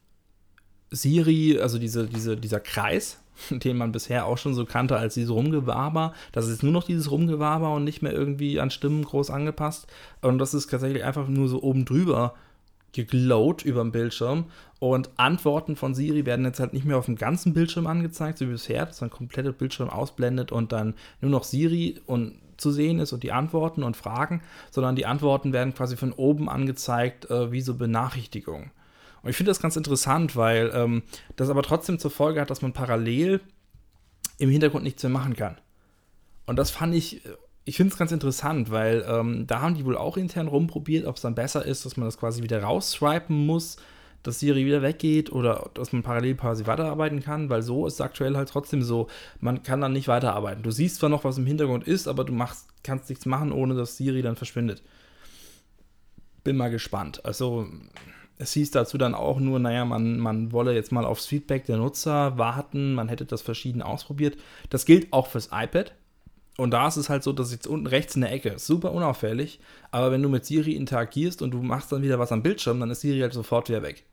Siri, also diese, diese, dieser Kreis, den man bisher auch schon so kannte als dieses Rumgewaber. Das ist jetzt nur noch dieses Rumgewaber und nicht mehr irgendwie an Stimmen groß angepasst. Und das ist tatsächlich einfach nur so oben drüber geglowt über dem Bildschirm. Und Antworten von Siri werden jetzt halt nicht mehr auf dem ganzen Bildschirm angezeigt, so wie bisher, dass man komplette Bildschirm ausblendet und dann nur noch Siri und zu sehen ist und die Antworten und Fragen, sondern die Antworten werden quasi von oben angezeigt, äh, wie so Benachrichtigungen. Und ich finde das ganz interessant, weil ähm, das aber trotzdem zur Folge hat, dass man parallel im Hintergrund nichts mehr machen kann. Und das fand ich, ich finde es ganz interessant, weil ähm, da haben die wohl auch intern rumprobiert, ob es dann besser ist, dass man das quasi wieder rausswipen muss, dass Siri wieder weggeht oder dass man parallel quasi weiterarbeiten kann, weil so ist es aktuell halt trotzdem so, man kann dann nicht weiterarbeiten. Du siehst zwar noch, was im Hintergrund ist, aber du machst, kannst nichts machen, ohne dass Siri dann verschwindet. Bin mal gespannt. Also es hieß dazu dann auch nur, naja, man, man wolle jetzt mal aufs Feedback der Nutzer warten, man hätte das verschieden ausprobiert. Das gilt auch fürs iPad. Und da ist es halt so, dass jetzt unten rechts in der Ecke ist super unauffällig, aber wenn du mit Siri interagierst und du machst dann wieder was am Bildschirm, dann ist Siri halt sofort wieder weg.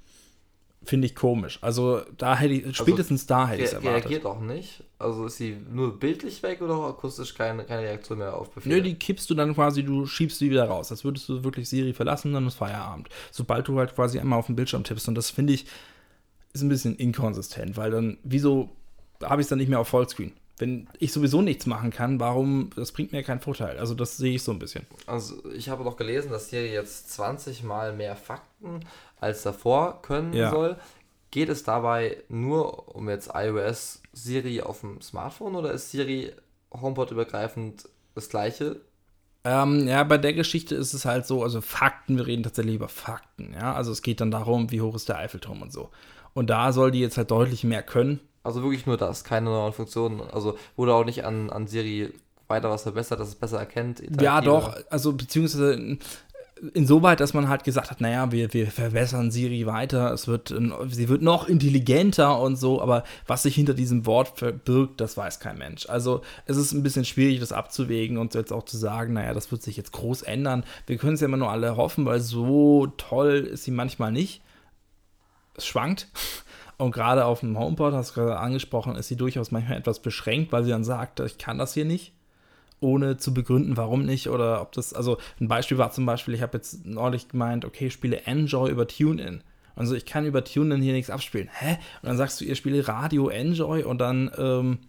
Finde ich komisch. Also da hätte ich, spätestens also, da hätte ich es erwartet. Reagiert auch nicht? Also ist sie nur bildlich weg oder auch akustisch keine, keine Reaktion mehr auf Befehle? Nö, die kippst du dann quasi, du schiebst sie wieder raus. Als würdest du wirklich Siri verlassen, dann ist Feierabend. Sobald du halt quasi einmal auf den Bildschirm tippst. Und das finde ich, ist ein bisschen inkonsistent, weil dann, wieso habe ich es dann nicht mehr auf Vollscreen? Wenn ich sowieso nichts machen kann, warum, das bringt mir keinen Vorteil. Also das sehe ich so ein bisschen. Also ich habe noch gelesen, dass Siri jetzt zwanzig Mal mehr Fakten als davor können ja. soll. Geht es dabei nur um jetzt iOS Siri auf dem Smartphone oder ist Siri HomePod-übergreifend das gleiche? Ähm, ja, bei der Geschichte ist es halt so, also Fakten, wir reden tatsächlich über Fakten, ja. Also es geht dann darum, wie hoch ist der Eiffelturm und so. Und da soll die jetzt halt deutlich mehr können. Also wirklich nur das, keine neuen Funktionen. Also wurde auch nicht an, an Siri weiter was verbessert, dass es besser erkennt? Ja, doch. Also beziehungsweise insoweit, dass man halt gesagt hat, naja, wir, wir verbessern Siri weiter, es wird, sie wird noch intelligenter und so, aber was sich hinter diesem Wort verbirgt, das weiß kein Mensch. Also es ist ein bisschen schwierig, das abzuwägen und jetzt auch zu sagen, naja, das wird sich jetzt groß ändern. Wir können es ja immer nur alle hoffen, weil so toll ist sie manchmal nicht. Es schwankt. Und gerade auf dem HomePod, hast du gerade angesprochen, ist sie durchaus manchmal etwas beschränkt, weil sie dann sagt, ich kann das hier nicht, ohne zu begründen, warum nicht. Oder ob das, also ein Beispiel war zum Beispiel, ich habe jetzt neulich gemeint, okay, ich spiele Enjoy über TuneIn. Also ich kann über TuneIn hier nichts abspielen. Hä? Und dann sagst du, ihr spiele Radio Enjoy und dann ähm,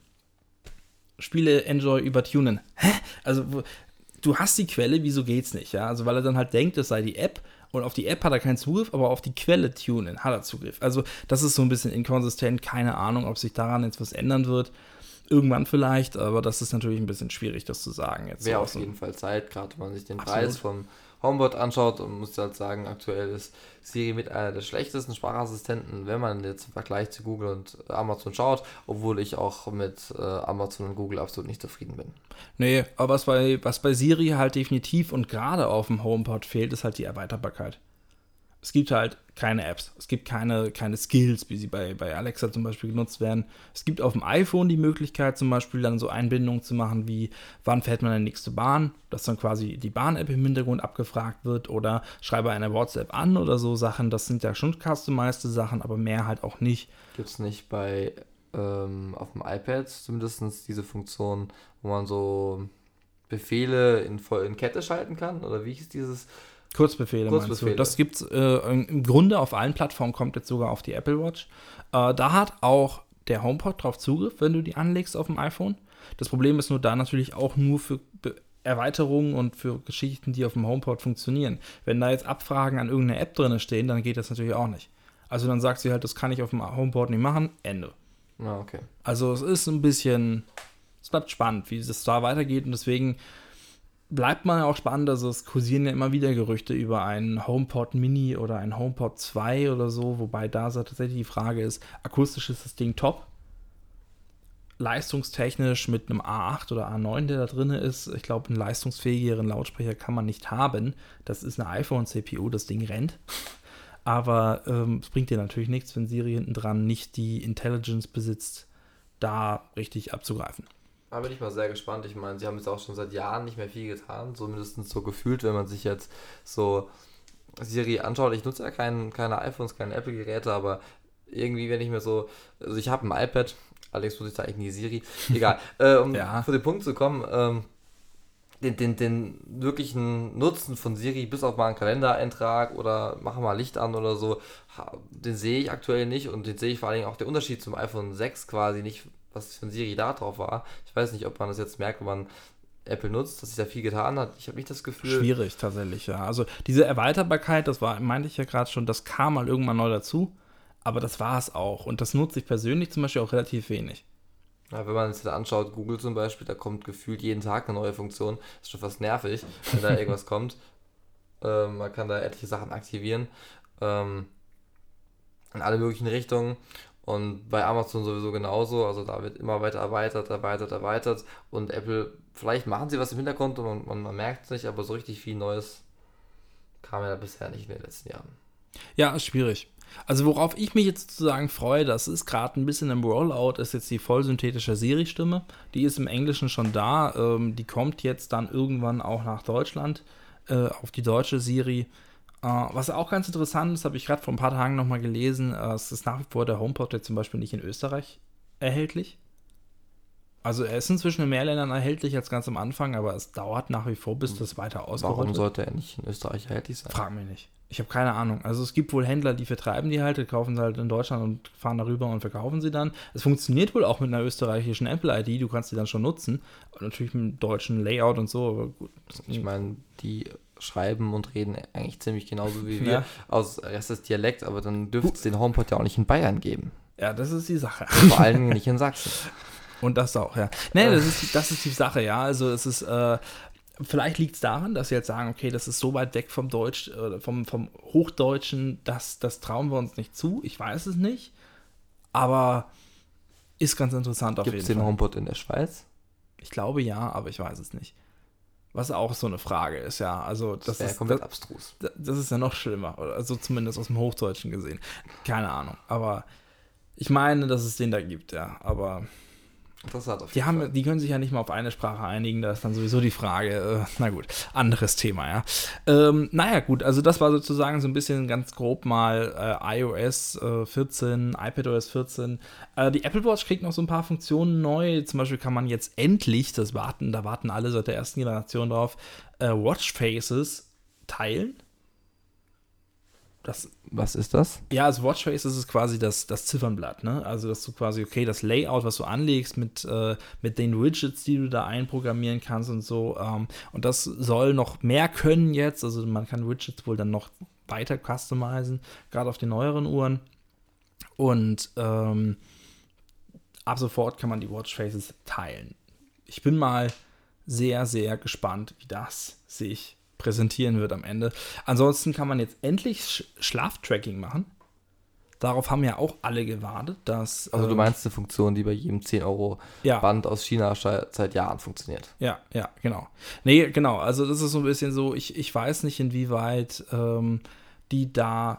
spiele Enjoy über TuneIn. Hä? Also du hast die Quelle, wieso geht's nicht? Ja? Also weil er dann halt denkt, es sei die App Und auf die App hat er keinen Zugriff, aber auf die Quelle TuneIn hat er Zugriff. Also das ist so ein bisschen inkonsistent. Keine Ahnung, ob sich daran jetzt was ändern wird. Irgendwann vielleicht, aber das ist natürlich ein bisschen schwierig, das zu sagen. Jetzt Wäre so auf jeden Fall Zeit, gerade wenn man sich den Absolut. Preis vom HomePod anschaut, und muss halt sagen, aktuell ist Siri mit einer der schlechtesten Sprachassistenten, wenn man jetzt im Vergleich zu Google und Amazon schaut, obwohl ich auch mit äh, Amazon und Google absolut nicht zufrieden bin. Nee, aber was bei, was bei Siri halt definitiv und gerade auf dem HomePod fehlt, ist halt die Erweiterbarkeit. Es gibt halt keine Apps, es gibt keine, keine Skills, wie sie bei, bei Alexa zum Beispiel genutzt werden. Es gibt auf dem iPhone die Möglichkeit, zum Beispiel dann so Einbindungen zu machen, wie wann fährt man in die nächste Bahn, dass dann quasi die Bahn-App im Hintergrund abgefragt wird oder schreibe eine WhatsApp an oder so Sachen. Das sind ja schon customized Sachen, aber mehr halt auch nicht. Gibt es nicht bei ähm, auf dem iPad zumindest diese Funktion, wo man so Befehle in, in Kette schalten kann? Oder wie hieß dieses? Kurzbefehle, Kurzbefehle. meinst du? Das gibt's äh, im Grunde auf allen Plattformen, kommt jetzt sogar auf die Apple Watch. Äh, da hat auch der HomePod drauf Zugriff, wenn du die anlegst auf dem iPhone. Das Problem ist nur da natürlich auch nur für Be- Erweiterungen und für Geschichten, die auf dem HomePod funktionieren. Wenn da jetzt Abfragen an irgendeiner App drin stehen, dann geht das natürlich auch nicht. Also dann sagt sie halt, das kann ich auf dem HomePod nicht machen, Ende. Ah, okay. Also es ist ein bisschen, es bleibt spannend, wie es da weitergeht und deswegen bleibt man ja auch spannend, also es kursieren ja immer wieder Gerüchte über einen HomePod Mini oder einen HomePod zwei oder so, wobei da so tatsächlich die Frage ist, akustisch ist das Ding top, leistungstechnisch mit einem A acht oder A neun, der da drin ist, ich glaube, einen leistungsfähigeren Lautsprecher kann man nicht haben, das ist eine iPhone-C P U, das Ding rennt, aber ähm, es bringt dir natürlich nichts, wenn Siri hinten dran nicht die Intelligence besitzt, da richtig abzugreifen. Da bin ich mal sehr gespannt. Ich meine, sie haben jetzt auch schon seit Jahren nicht mehr viel getan, zumindest so gefühlt, wenn man sich jetzt so Siri anschaut. Ich nutze ja kein, keine iPhones, keine Apple-Geräte, aber irgendwie, wenn ich mir so, also ich habe ein iPad, allerdings nutze ich da eigentlich nie Siri, egal. äh, um Ja. zu dem Punkt zu kommen, ähm, den, den, den wirklichen Nutzen von Siri, bis auf mal einen Kalendereintrag oder mache mal Licht an oder so, den sehe ich aktuell nicht und den sehe ich vor allem auch der Unterschied zum iPhone sechs quasi nicht, was für ein Siri da drauf war. Ich weiß nicht, ob man das jetzt merkt, wenn man Apple nutzt, dass sich da viel getan hat. Ich habe nicht das Gefühl. Schwierig tatsächlich, ja. Also diese Erweiterbarkeit, das war, meinte ich ja gerade schon, das kam mal irgendwann neu dazu, aber das war es auch. Und das nutze ich persönlich zum Beispiel auch relativ wenig. Ja, wenn man sich da anschaut, Google zum Beispiel, da kommt gefühlt jeden Tag eine neue Funktion. Ist schon fast nervig, wenn da irgendwas kommt. Ähm, man kann da etliche Sachen aktivieren. Ähm, in alle möglichen Richtungen. Und bei Amazon sowieso genauso, also da wird immer weiter erweitert, erweitert, erweitert und Apple, vielleicht machen sie was im Hintergrund und man, man, man merkt es nicht, aber so richtig viel Neues kam ja bisher nicht in den letzten Jahren. Ja, ist schwierig. Also worauf ich mich jetzt sozusagen freue, das ist gerade ein bisschen im Rollout, ist jetzt die vollsynthetische Siri-Stimme. Die ist im Englischen schon da, ähm, die kommt jetzt dann irgendwann auch nach Deutschland, äh, auf die deutsche Siri. Uh, was auch ganz interessant ist, habe ich gerade vor ein paar Tagen nochmal gelesen, uh, es ist nach wie vor der HomePod jetzt zum Beispiel nicht in Österreich erhältlich. Also er ist inzwischen in mehr Ländern erhältlich als ganz am Anfang, aber es dauert nach wie vor, bis das weiter ausgerollt wird. Warum sollte er nicht in Österreich erhältlich sein? Frag mich nicht. Ich habe keine Ahnung. Also es gibt wohl Händler, die vertreiben die halt, die kaufen sie halt in Deutschland und fahren darüber und verkaufen sie dann. Es funktioniert wohl auch mit einer österreichischen Apple I D, du kannst die dann schon nutzen. Und natürlich mit einem deutschen Layout und so, aber gut. Ich meine, die schreiben und reden eigentlich ziemlich genauso wie wir. Ja. Aus Rest des Dialekt, aber dann dürfte es den HomePod ja auch nicht in Bayern geben. Ja, das ist die Sache. Vor allen Dingen nicht in Sachsen. Und das auch, ja. Nee, das ist, das ist die Sache, ja. Also es ist, äh, vielleicht liegt es daran, dass sie jetzt sagen, okay, das ist so weit weg vom Deutsch, äh, vom, vom Hochdeutschen, das, das trauen wir uns nicht zu. Ich weiß es nicht. Aber ist ganz interessant auf Gibt's jeden Fall. Gibt es den HomePod in der Schweiz? Ich glaube ja, aber ich weiß es nicht. Was auch so eine Frage ist, ja. Also das, das wäre ist komplett das, abstrus. Das ist ja noch schlimmer, oder also zumindest aus dem Hochdeutschen gesehen. Keine Ahnung. Aber ich meine, dass es den da gibt, ja. Aber Interessant auf die jeden haben, Fall. die können sich ja nicht mal auf eine Sprache einigen. Da ist dann sowieso die Frage. Äh, na gut, anderes Thema, ja. Ähm, naja, gut. Also das war sozusagen so ein bisschen ganz grob mal äh, iOS äh, vierzehn, iPadOS vierzehn. Äh, die Apple Watch kriegt noch so ein paar Funktionen neu. Zum Beispiel kann man jetzt endlich, das warten, da warten alle seit der ersten Generation drauf, äh, Watchfaces teilen. Das, Was ist das? ja, also Watchfaces ist quasi das, das Ziffernblatt, ne? Also, dass du quasi, okay, das Layout, was du anlegst mit, äh, mit den Widgets, die du da einprogrammieren kannst und so. Ähm, und das soll noch mehr können jetzt. Also, man kann Widgets wohl dann noch weiter customizen, gerade auf den neueren Uhren. Und ähm, ab sofort kann man die Watchfaces teilen. Ich bin mal sehr, sehr gespannt, wie das sich präsentieren wird am Ende. Ansonsten kann man jetzt endlich Sch- Schlaftracking machen. Darauf haben ja auch alle gewartet, dass... Also du ähm, meinst eine Funktion, die bei jedem zehn Euro Ja. Band aus China sche- seit Jahren funktioniert. Ja, ja, genau. Nee, genau, also das ist so ein bisschen so, ich, ich weiß nicht, inwieweit ähm, die da,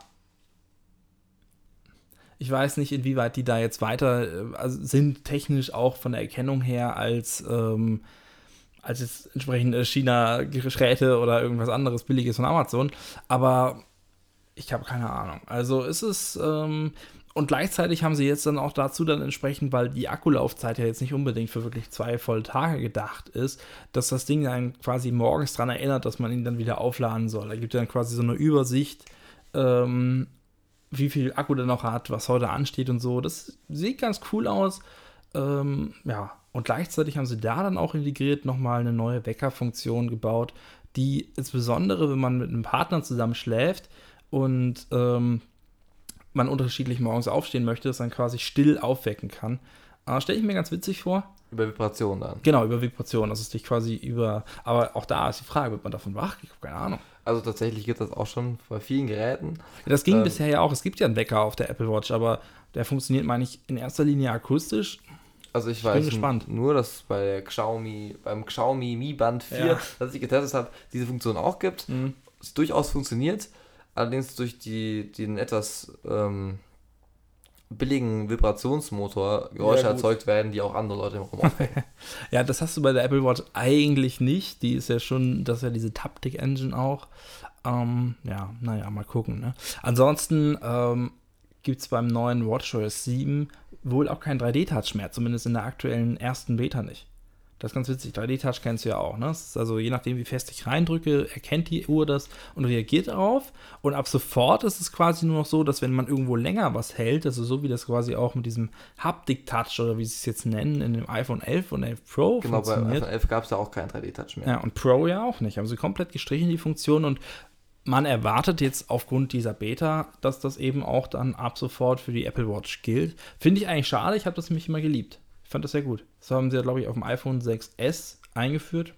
ich weiß nicht, inwieweit die da jetzt weiter äh, also sind, technisch auch von der Erkennung her, als, ähm, als jetzt entsprechende China-Geräte oder irgendwas anderes Billiges von Amazon, aber ich habe keine Ahnung. Also ist es, ähm, und gleichzeitig haben sie jetzt dann auch dazu dann entsprechend, weil die Akkulaufzeit ja jetzt nicht unbedingt für wirklich zwei volle Tage gedacht ist, dass das Ding dann quasi morgens dran erinnert, dass man ihn dann wieder aufladen soll. Da gibt es dann quasi so eine Übersicht, ähm, wie viel Akku der noch hat, was heute ansteht und so. Das sieht ganz cool aus. Ähm, ja, und gleichzeitig haben sie da dann auch integriert nochmal eine neue Weckerfunktion gebaut, die insbesondere, wenn man mit einem Partner zusammen schläft, und ähm, man unterschiedlich morgens aufstehen möchte, das dann quasi still aufwecken kann. Äh, Stelle ich mir ganz witzig vor. Über Vibration dann. Genau, über Vibration, dass es dich quasi über, aber auch da ist die Frage, wird man davon wach? Ich habe keine Ahnung. Also tatsächlich gibt das auch schon bei vielen Geräten. Ja, das ging Ähm, bisher ja auch, es gibt ja einen Wecker auf der Apple Watch, aber der funktioniert, meine ich, in erster Linie akustisch. Also ich, Ich weiß bin gespannt. nur, dass bei der Xiaomi, beim Xiaomi Mi Band vier, Ja. das ich getestet habe, diese Funktion auch gibt. Mhm. Es durchaus funktioniert. Allerdings durch die, den etwas ähm, billigen Vibrationsmotor Geräusche Ja, gut. erzeugt werden, die auch andere Leute im Raum aufwecken. Ja, das hast du bei der Apple Watch eigentlich nicht. Die ist ja schon, das ist ja diese Taptic-Engine auch. Ähm, ja, naja, mal gucken. Ne? Ansonsten ähm, gibt es beim neuen WatchOS sieben wohl auch keinen drei D-Touch mehr, zumindest in der aktuellen ersten Beta nicht. Das ist ganz witzig. drei D-Touch kennst du ja auch. Ne? Das ist also je nachdem, wie fest ich reindrücke, erkennt die Uhr das und reagiert darauf. Und ab sofort ist es quasi nur noch so, dass wenn man irgendwo länger was hält, also so wie das quasi auch mit diesem Haptic-Touch oder wie sie es jetzt nennen, in dem iPhone elf und elf Pro Genau, bei funktioniert. iPhone elf gab es ja auch keinen drei D-Touch mehr. Ja, und Pro ja auch nicht. Haben sie komplett gestrichen, die Funktion. Und man erwartet jetzt aufgrund dieser Beta, dass das eben auch dann ab sofort für die Apple Watch gilt. Finde ich eigentlich schade. Ich habe das nämlich immer geliebt. Ich fand das sehr gut. Das haben sie, glaube ich, auf dem iPhone sechs S eingeführt.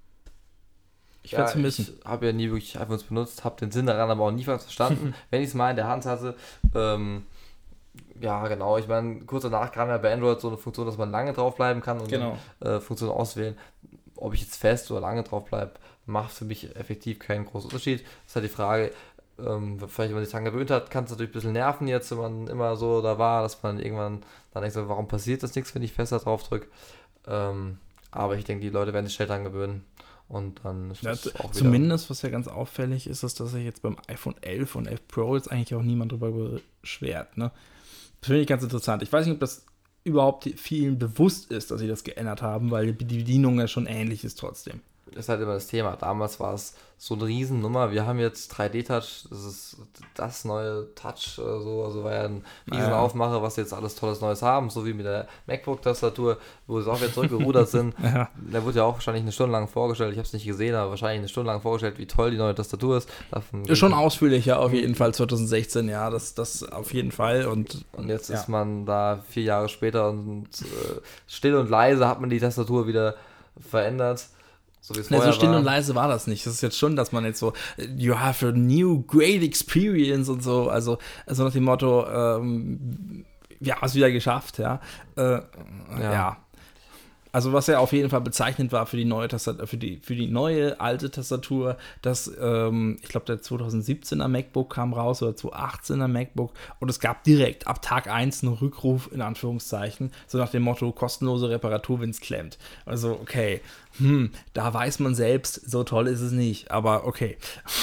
Ich werde es vermissen. Ich habe ja nie wirklich iPhones benutzt, habe den Sinn daran aber auch nie verstanden. Wenn ich es mal in der Hand hatte, ähm, ja genau, ich meine, kurz danach kam ja bei Android so eine Funktion, dass man lange draufbleiben kann und Genau. dann, äh, Funktion auswählen. Ob ich jetzt fest oder lange drauf bleibe, macht für mich effektiv keinen großen Unterschied. Das ist halt die Frage, ähm, vielleicht wenn man sich daran gewöhnt hat, kann es natürlich ein bisschen nerven jetzt, wenn man immer so da war, dass man irgendwann dann denkt, so, warum passiert das nichts, wenn ich fester drauf drücke. Ähm, aber ich denke, die Leute werden sich schnell daran gewöhnen. Und dann ist Ja, das auch wieder... zumindest, was ja ganz auffällig ist, ist, dass sich jetzt beim iPhone elf und elf Pro jetzt eigentlich auch niemand drüber beschwert. Ne? Das finde ich ganz interessant. Ich weiß nicht, ob das überhaupt vielen bewusst ist, dass sie das geändert haben, weil die Bedienung ja schon ähnlich ist trotzdem. Das ist halt immer das Thema. Damals war es so eine Riesennummer. Wir haben jetzt drei D-Touch, das ist das neue Touch, äh, so, also war ja ein Riesenaufmacher, was jetzt alles Tolles Neues haben, so wie mit der MacBook-Tastatur, wo sie auch wieder zurückgerudert sind. Ja. Da wurde ja auch wahrscheinlich eine Stunde lang vorgestellt, ich habe es nicht gesehen, aber wahrscheinlich eine Stunde lang vorgestellt, wie toll die neue Tastatur ist. Davon Ist schon ausführlicher auf jeden Fall zwanzig sechzehn, ja, das, das auf jeden Fall. Und, Und jetzt ja. ist man da vier Jahre später und äh, still und leise hat man die Tastatur wieder verändert. So wie es Ne, so vorher still war. und leise war das nicht. Das ist jetzt schon, dass man jetzt so, you have a new great experience und so, also, also nach dem Motto, ähm, ja, hast wieder geschafft, ja. Äh, ja. ja. Also was ja auf jeden Fall bezeichnend war für die neue Tastatur, für die, für die neue alte Tastatur, dass, ähm, ich glaube, der zwanzig siebzehner MacBook kam raus oder zwanzig achtzehner MacBook und es gab direkt ab Tag eins einen Rückruf, in Anführungszeichen, so nach dem Motto, kostenlose Reparatur, wenn es klemmt. Also, okay, hm, da weiß man selbst, so toll ist es nicht, aber okay.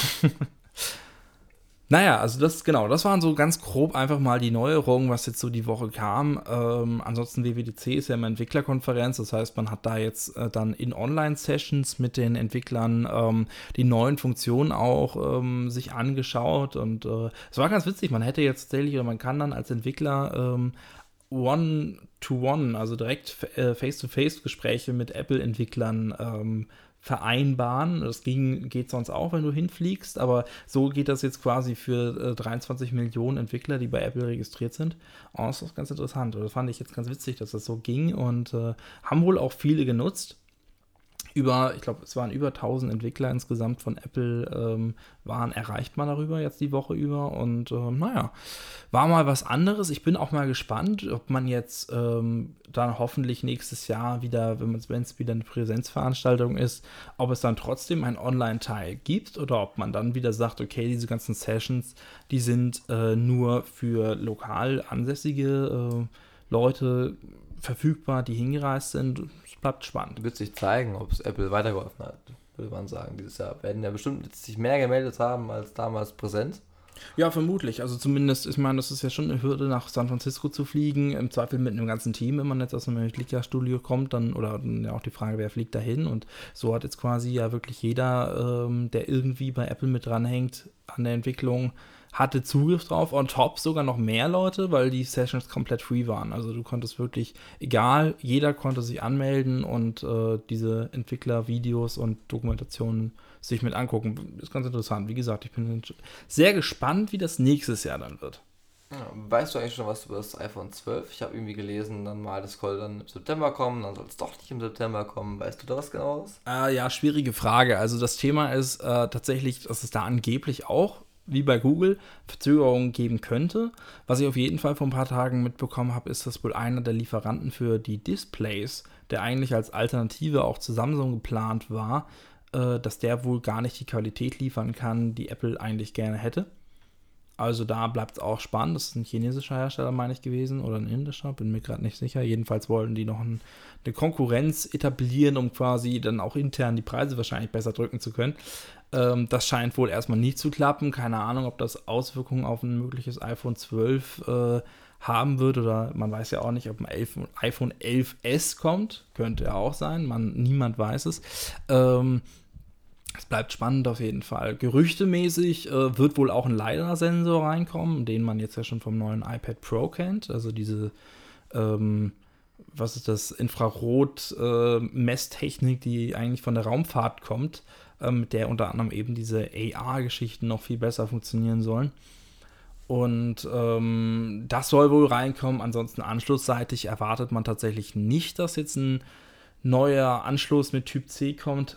Naja, also das, genau, das waren so ganz grob einfach mal die Neuerungen, was jetzt so die Woche kam. Ähm, ansonsten W W D C ist ja immer Entwicklerkonferenz, das heißt, man hat da jetzt äh, dann in Online-Sessions mit den Entwicklern ähm, die neuen Funktionen auch ähm, sich angeschaut und äh, es war ganz witzig, man hätte jetzt tatsächlich, oder man kann dann als Entwickler ähm, One-to-One, also direkt äh, Face-to-Face-Gespräche mit Apple-Entwicklern ähm, vereinbaren. Das ging, geht sonst auch, wenn du hinfliegst, aber so geht das jetzt quasi für äh, dreiundzwanzig Millionen Entwickler, die bei Apple registriert sind. Oh, das ist ganz interessant. Das fand ich jetzt ganz witzig, dass das so ging und äh, haben wohl auch viele genutzt. Über, ich glaube, es waren über tausend Entwickler insgesamt von Apple ähm, waren erreichbar darüber jetzt die Woche über und ähm, naja, war mal was anderes. Ich bin auch mal gespannt, ob man jetzt ähm, dann hoffentlich nächstes Jahr wieder, wenn es wieder eine Präsenzveranstaltung ist, ob es dann trotzdem einen Online-Teil gibt oder ob man dann wieder sagt, okay, diese ganzen Sessions, die sind äh, nur für lokal ansässige äh, Leute verfügbar, die hingereist sind. Es bleibt spannend. Wird sich zeigen, ob es Apple weitergeholfen hat, würde man sagen. Dieses Jahr werden ja bestimmt jetzt sich mehr gemeldet haben als damals Präsenz. Ja, vermutlich. Also zumindest, ich meine, das ist ja schon eine Hürde, nach San Francisco zu fliegen, im Zweifel mit einem ganzen Team, wenn man jetzt aus einem Entwicklerstudio kommt, dann, oder dann ja auch die Frage, wer fliegt dahin, und so hat jetzt quasi ja wirklich jeder, ähm, der irgendwie bei Apple mit dranhängt an der Entwicklung, hatte Zugriff drauf, on top sogar noch mehr Leute, weil die Sessions komplett free waren. Also du konntest wirklich, egal, jeder konnte sich anmelden und äh, diese Entwicklervideos und Dokumentationen sich mit angucken. Ist ganz interessant. Wie gesagt, ich bin sehr gespannt, wie das nächstes Jahr dann wird. Ja, weißt du eigentlich schon was über das iPhone zwölf? Ich habe irgendwie gelesen, dann mal, das soll dann im September kommen, dann soll es doch nicht im September kommen. Weißt du da was genaues? Äh, ja, schwierige Frage. Also das Thema ist äh, tatsächlich, dass es da angeblich auch, wie bei Google, Verzögerungen geben könnte. Was ich auf jeden Fall vor ein paar Tagen mitbekommen habe, ist, dass wohl einer der Lieferanten für die Displays, der eigentlich als Alternative auch zu Samsung geplant war, äh, dass der wohl gar nicht die Qualität liefern kann, die Apple eigentlich gerne hätte. Also da bleibt es auch spannend. Das ist ein chinesischer Hersteller, meine ich, gewesen, oder ein indischer, bin mir gerade nicht sicher. Jedenfalls wollten die noch ein, eine Konkurrenz etablieren, um quasi dann auch intern die Preise wahrscheinlich besser drücken zu können. Ähm, das scheint wohl erstmal nicht zu klappen. Keine Ahnung, ob das Auswirkungen auf ein mögliches iPhone zwölf äh, haben wird, oder man weiß ja auch nicht, ob ein iPhone, iPhone elf S kommt. Könnte ja auch sein, man, niemand weiß es. Ähm, Es bleibt spannend auf jeden Fall. Gerüchtemäßig äh, wird wohl auch ein LiDAR-Sensor reinkommen, den man jetzt ja schon vom neuen iPad Pro kennt. Also diese, ähm, was ist das, Infrarot-Messtechnik, äh, die eigentlich von der Raumfahrt kommt, äh, mit der unter anderem eben diese A R-Geschichten noch viel besser funktionieren sollen. Und ähm, das soll wohl reinkommen. Ansonsten anschlussseitig erwartet man tatsächlich nicht, dass jetzt ein neuer Anschluss mit Typ C kommt.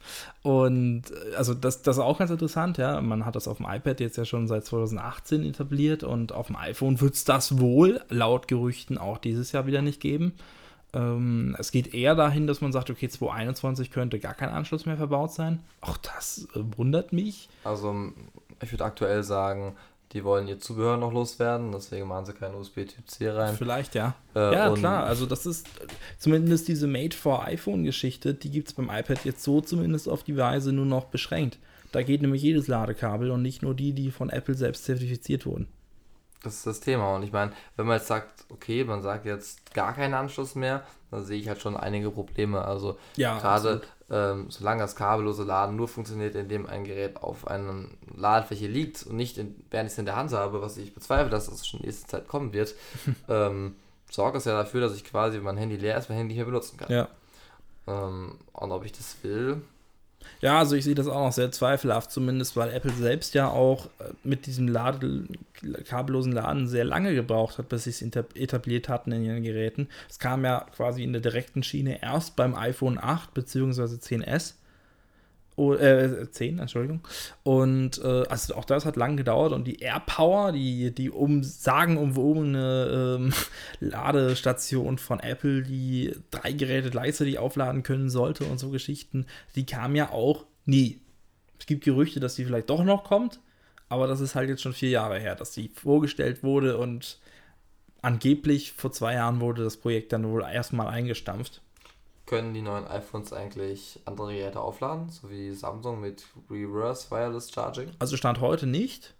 Und also das, das ist auch ganz interessant, ja. Man hat das auf dem iPad jetzt ja schon seit zwanzig achtzehn etabliert und auf dem iPhone wird es das wohl laut Gerüchten auch dieses Jahr wieder nicht geben. Ähm, es geht eher dahin, dass man sagt, okay, zwanzig einundzwanzig könnte gar kein Anschluss mehr verbaut sein. Auch das äh, wundert mich. Also ich würde aktuell sagen, die wollen ihr Zubehör noch loswerden, deswegen machen sie keinen U S B-Typ C rein. Vielleicht, ja. Äh, ja, klar, also das ist zumindest diese Made-for-iPhone-Geschichte, die gibt es beim iPad jetzt so zumindest auf die Weise nur noch beschränkt. Da geht nämlich jedes Ladekabel und nicht nur die, die von Apple selbst zertifiziert wurden. Das ist das Thema. Und ich meine, wenn man jetzt sagt, okay, man sagt jetzt gar keinen Anschluss mehr, dann sehe ich halt schon einige Probleme. Also ja, gerade ähm, solange das kabellose Laden nur funktioniert, indem ein Gerät auf einer Ladefläche liegt und nicht, in, während ich es in der Hand habe, was ich bezweifle, dass das schon in nächster Zeit kommen wird, ähm, sorgt es ja dafür, dass ich quasi, wenn mein Handy leer ist, mein Handy nicht mehr benutzen kann. Ja. Ähm, und ob ich das will... Ja, also ich sehe das auch noch sehr zweifelhaft, zumindest weil Apple selbst ja auch mit diesem Lade, kabellosen Laden sehr lange gebraucht hat, bis sie es etabliert hatten in ihren Geräten. Es kam ja quasi in der direkten Schiene erst beim iPhone acht bzw. zehn S. Oh, äh, zehn, Entschuldigung. Und äh, also auch das hat lange gedauert und die AirPower, die, die um, sagenumwobene ähm, Ladestation von Apple, die drei Geräte gleichzeitig aufladen können sollte und so Geschichten, die kam ja auch nie. Es gibt Gerüchte, dass die vielleicht doch noch kommt, aber das ist halt jetzt schon vier Jahre her, dass die vorgestellt wurde und angeblich vor zwei Jahren wurde das Projekt dann wohl erstmal eingestampft. Können die neuen iPhones eigentlich andere Geräte aufladen, so wie Samsung mit Reverse Wireless Charging? Also Stand heute nicht.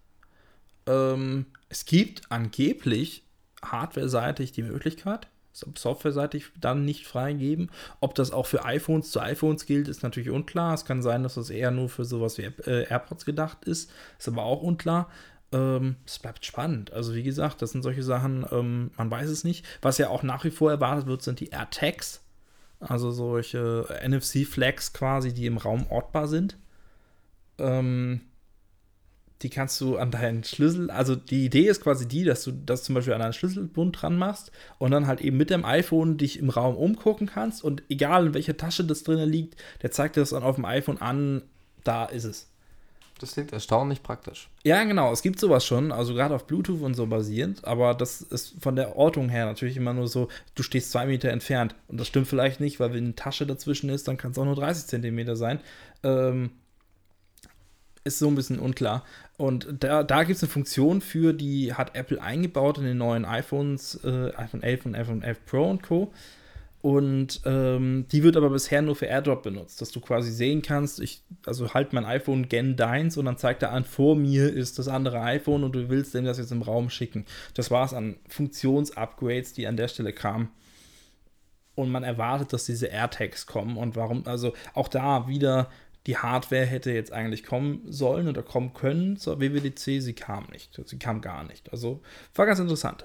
Ähm, es gibt angeblich hardware-seitig die Möglichkeit, software-seitig dann nicht freigeben. Ob das auch für iPhones zu iPhones gilt, ist natürlich unklar. Es kann sein, dass das eher nur für sowas wie äh, AirPods gedacht ist. Ist aber auch unklar. Ähm, es bleibt spannend. Also wie gesagt, das sind solche Sachen, ähm, man weiß es nicht. Was ja auch nach wie vor erwartet wird, sind die AirTags. Also solche N F C-Flags quasi, die im Raum ortbar sind. Ähm, die kannst du an deinen Schlüssel, also die Idee ist quasi die, dass du das zum Beispiel an deinen Schlüsselbund dran machst und dann halt eben mit dem iPhone dich im Raum umgucken kannst und egal in welcher Tasche das drin liegt, der zeigt dir das dann auf dem iPhone an, da ist es. Das klingt erstaunlich praktisch. Ja, genau, es gibt sowas schon, also gerade auf Bluetooth und so basierend, aber das ist von der Ortung her natürlich immer nur so, du stehst zwei Meter entfernt und das stimmt vielleicht nicht, weil wenn eine Tasche dazwischen ist, dann kann es auch nur dreißig Zentimeter sein. Ähm, ist so ein bisschen unklar. Und da, da gibt es eine Funktion für, die hat Apple eingebaut in den neuen iPhones, äh, iPhone elf und iPhone elf Pro und Co. Und ähm, die wird aber bisher nur für AirDrop benutzt, dass du quasi sehen kannst, ich, also halt mein iPhone gen deins und dann zeigt er an, vor mir ist das andere iPhone und du willst dem das jetzt im Raum schicken. Das war es an Funktionsupgrades, die an der Stelle kamen. Und man erwartet, dass diese AirTags kommen und warum, also auch da wieder, die Hardware hätte jetzt eigentlich kommen sollen oder kommen können zur W W D C, sie kam nicht, sie kam gar nicht. Also war ganz interessant.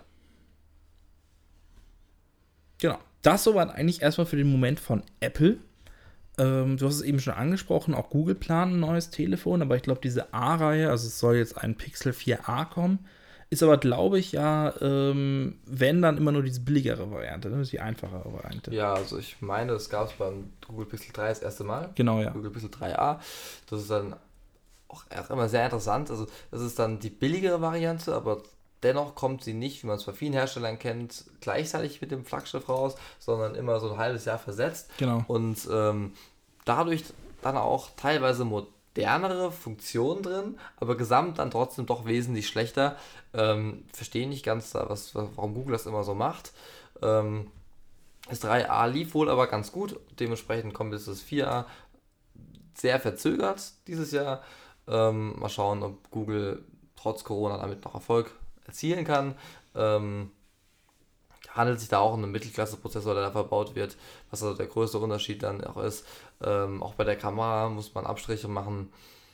Genau. Das soweit eigentlich erstmal für den Moment von Apple. Ähm, du hast es eben schon angesprochen, auch Google plant ein neues Telefon, aber ich glaube, diese A-Reihe, also es soll jetzt ein Pixel vier a kommen, ist aber, glaube ich, ja, ähm, wenn dann immer nur diese billigere Variante, ne? Die einfachere Variante. Ja, also ich meine, das gab es beim Google Pixel drei das erste Mal. Genau, ja. Google Pixel drei a. Das ist dann auch immer sehr interessant. Also das ist dann die billigere Variante, aber dennoch kommt sie nicht, wie man es bei vielen Herstellern kennt, gleichzeitig mit dem Flaggschiff raus, sondern immer so ein halbes Jahr versetzt. Genau. Und ähm, dadurch dann auch teilweise modernere Funktionen drin, aber gesamt dann trotzdem doch wesentlich schlechter. Ähm, verstehe nicht ganz, was, warum Google das immer so macht. Ähm, das drei a lief wohl aber ganz gut, dementsprechend kommt jetzt das vier a sehr verzögert dieses Jahr. Ähm, mal schauen, ob Google trotz Corona damit noch Erfolg erzielen kann. Ähm, handelt sich da auch um einen Mittelklasse-Prozessor, der da verbaut wird, was also der größte Unterschied dann auch ist. Ähm, auch bei der Kamera muss man Abstriche machen.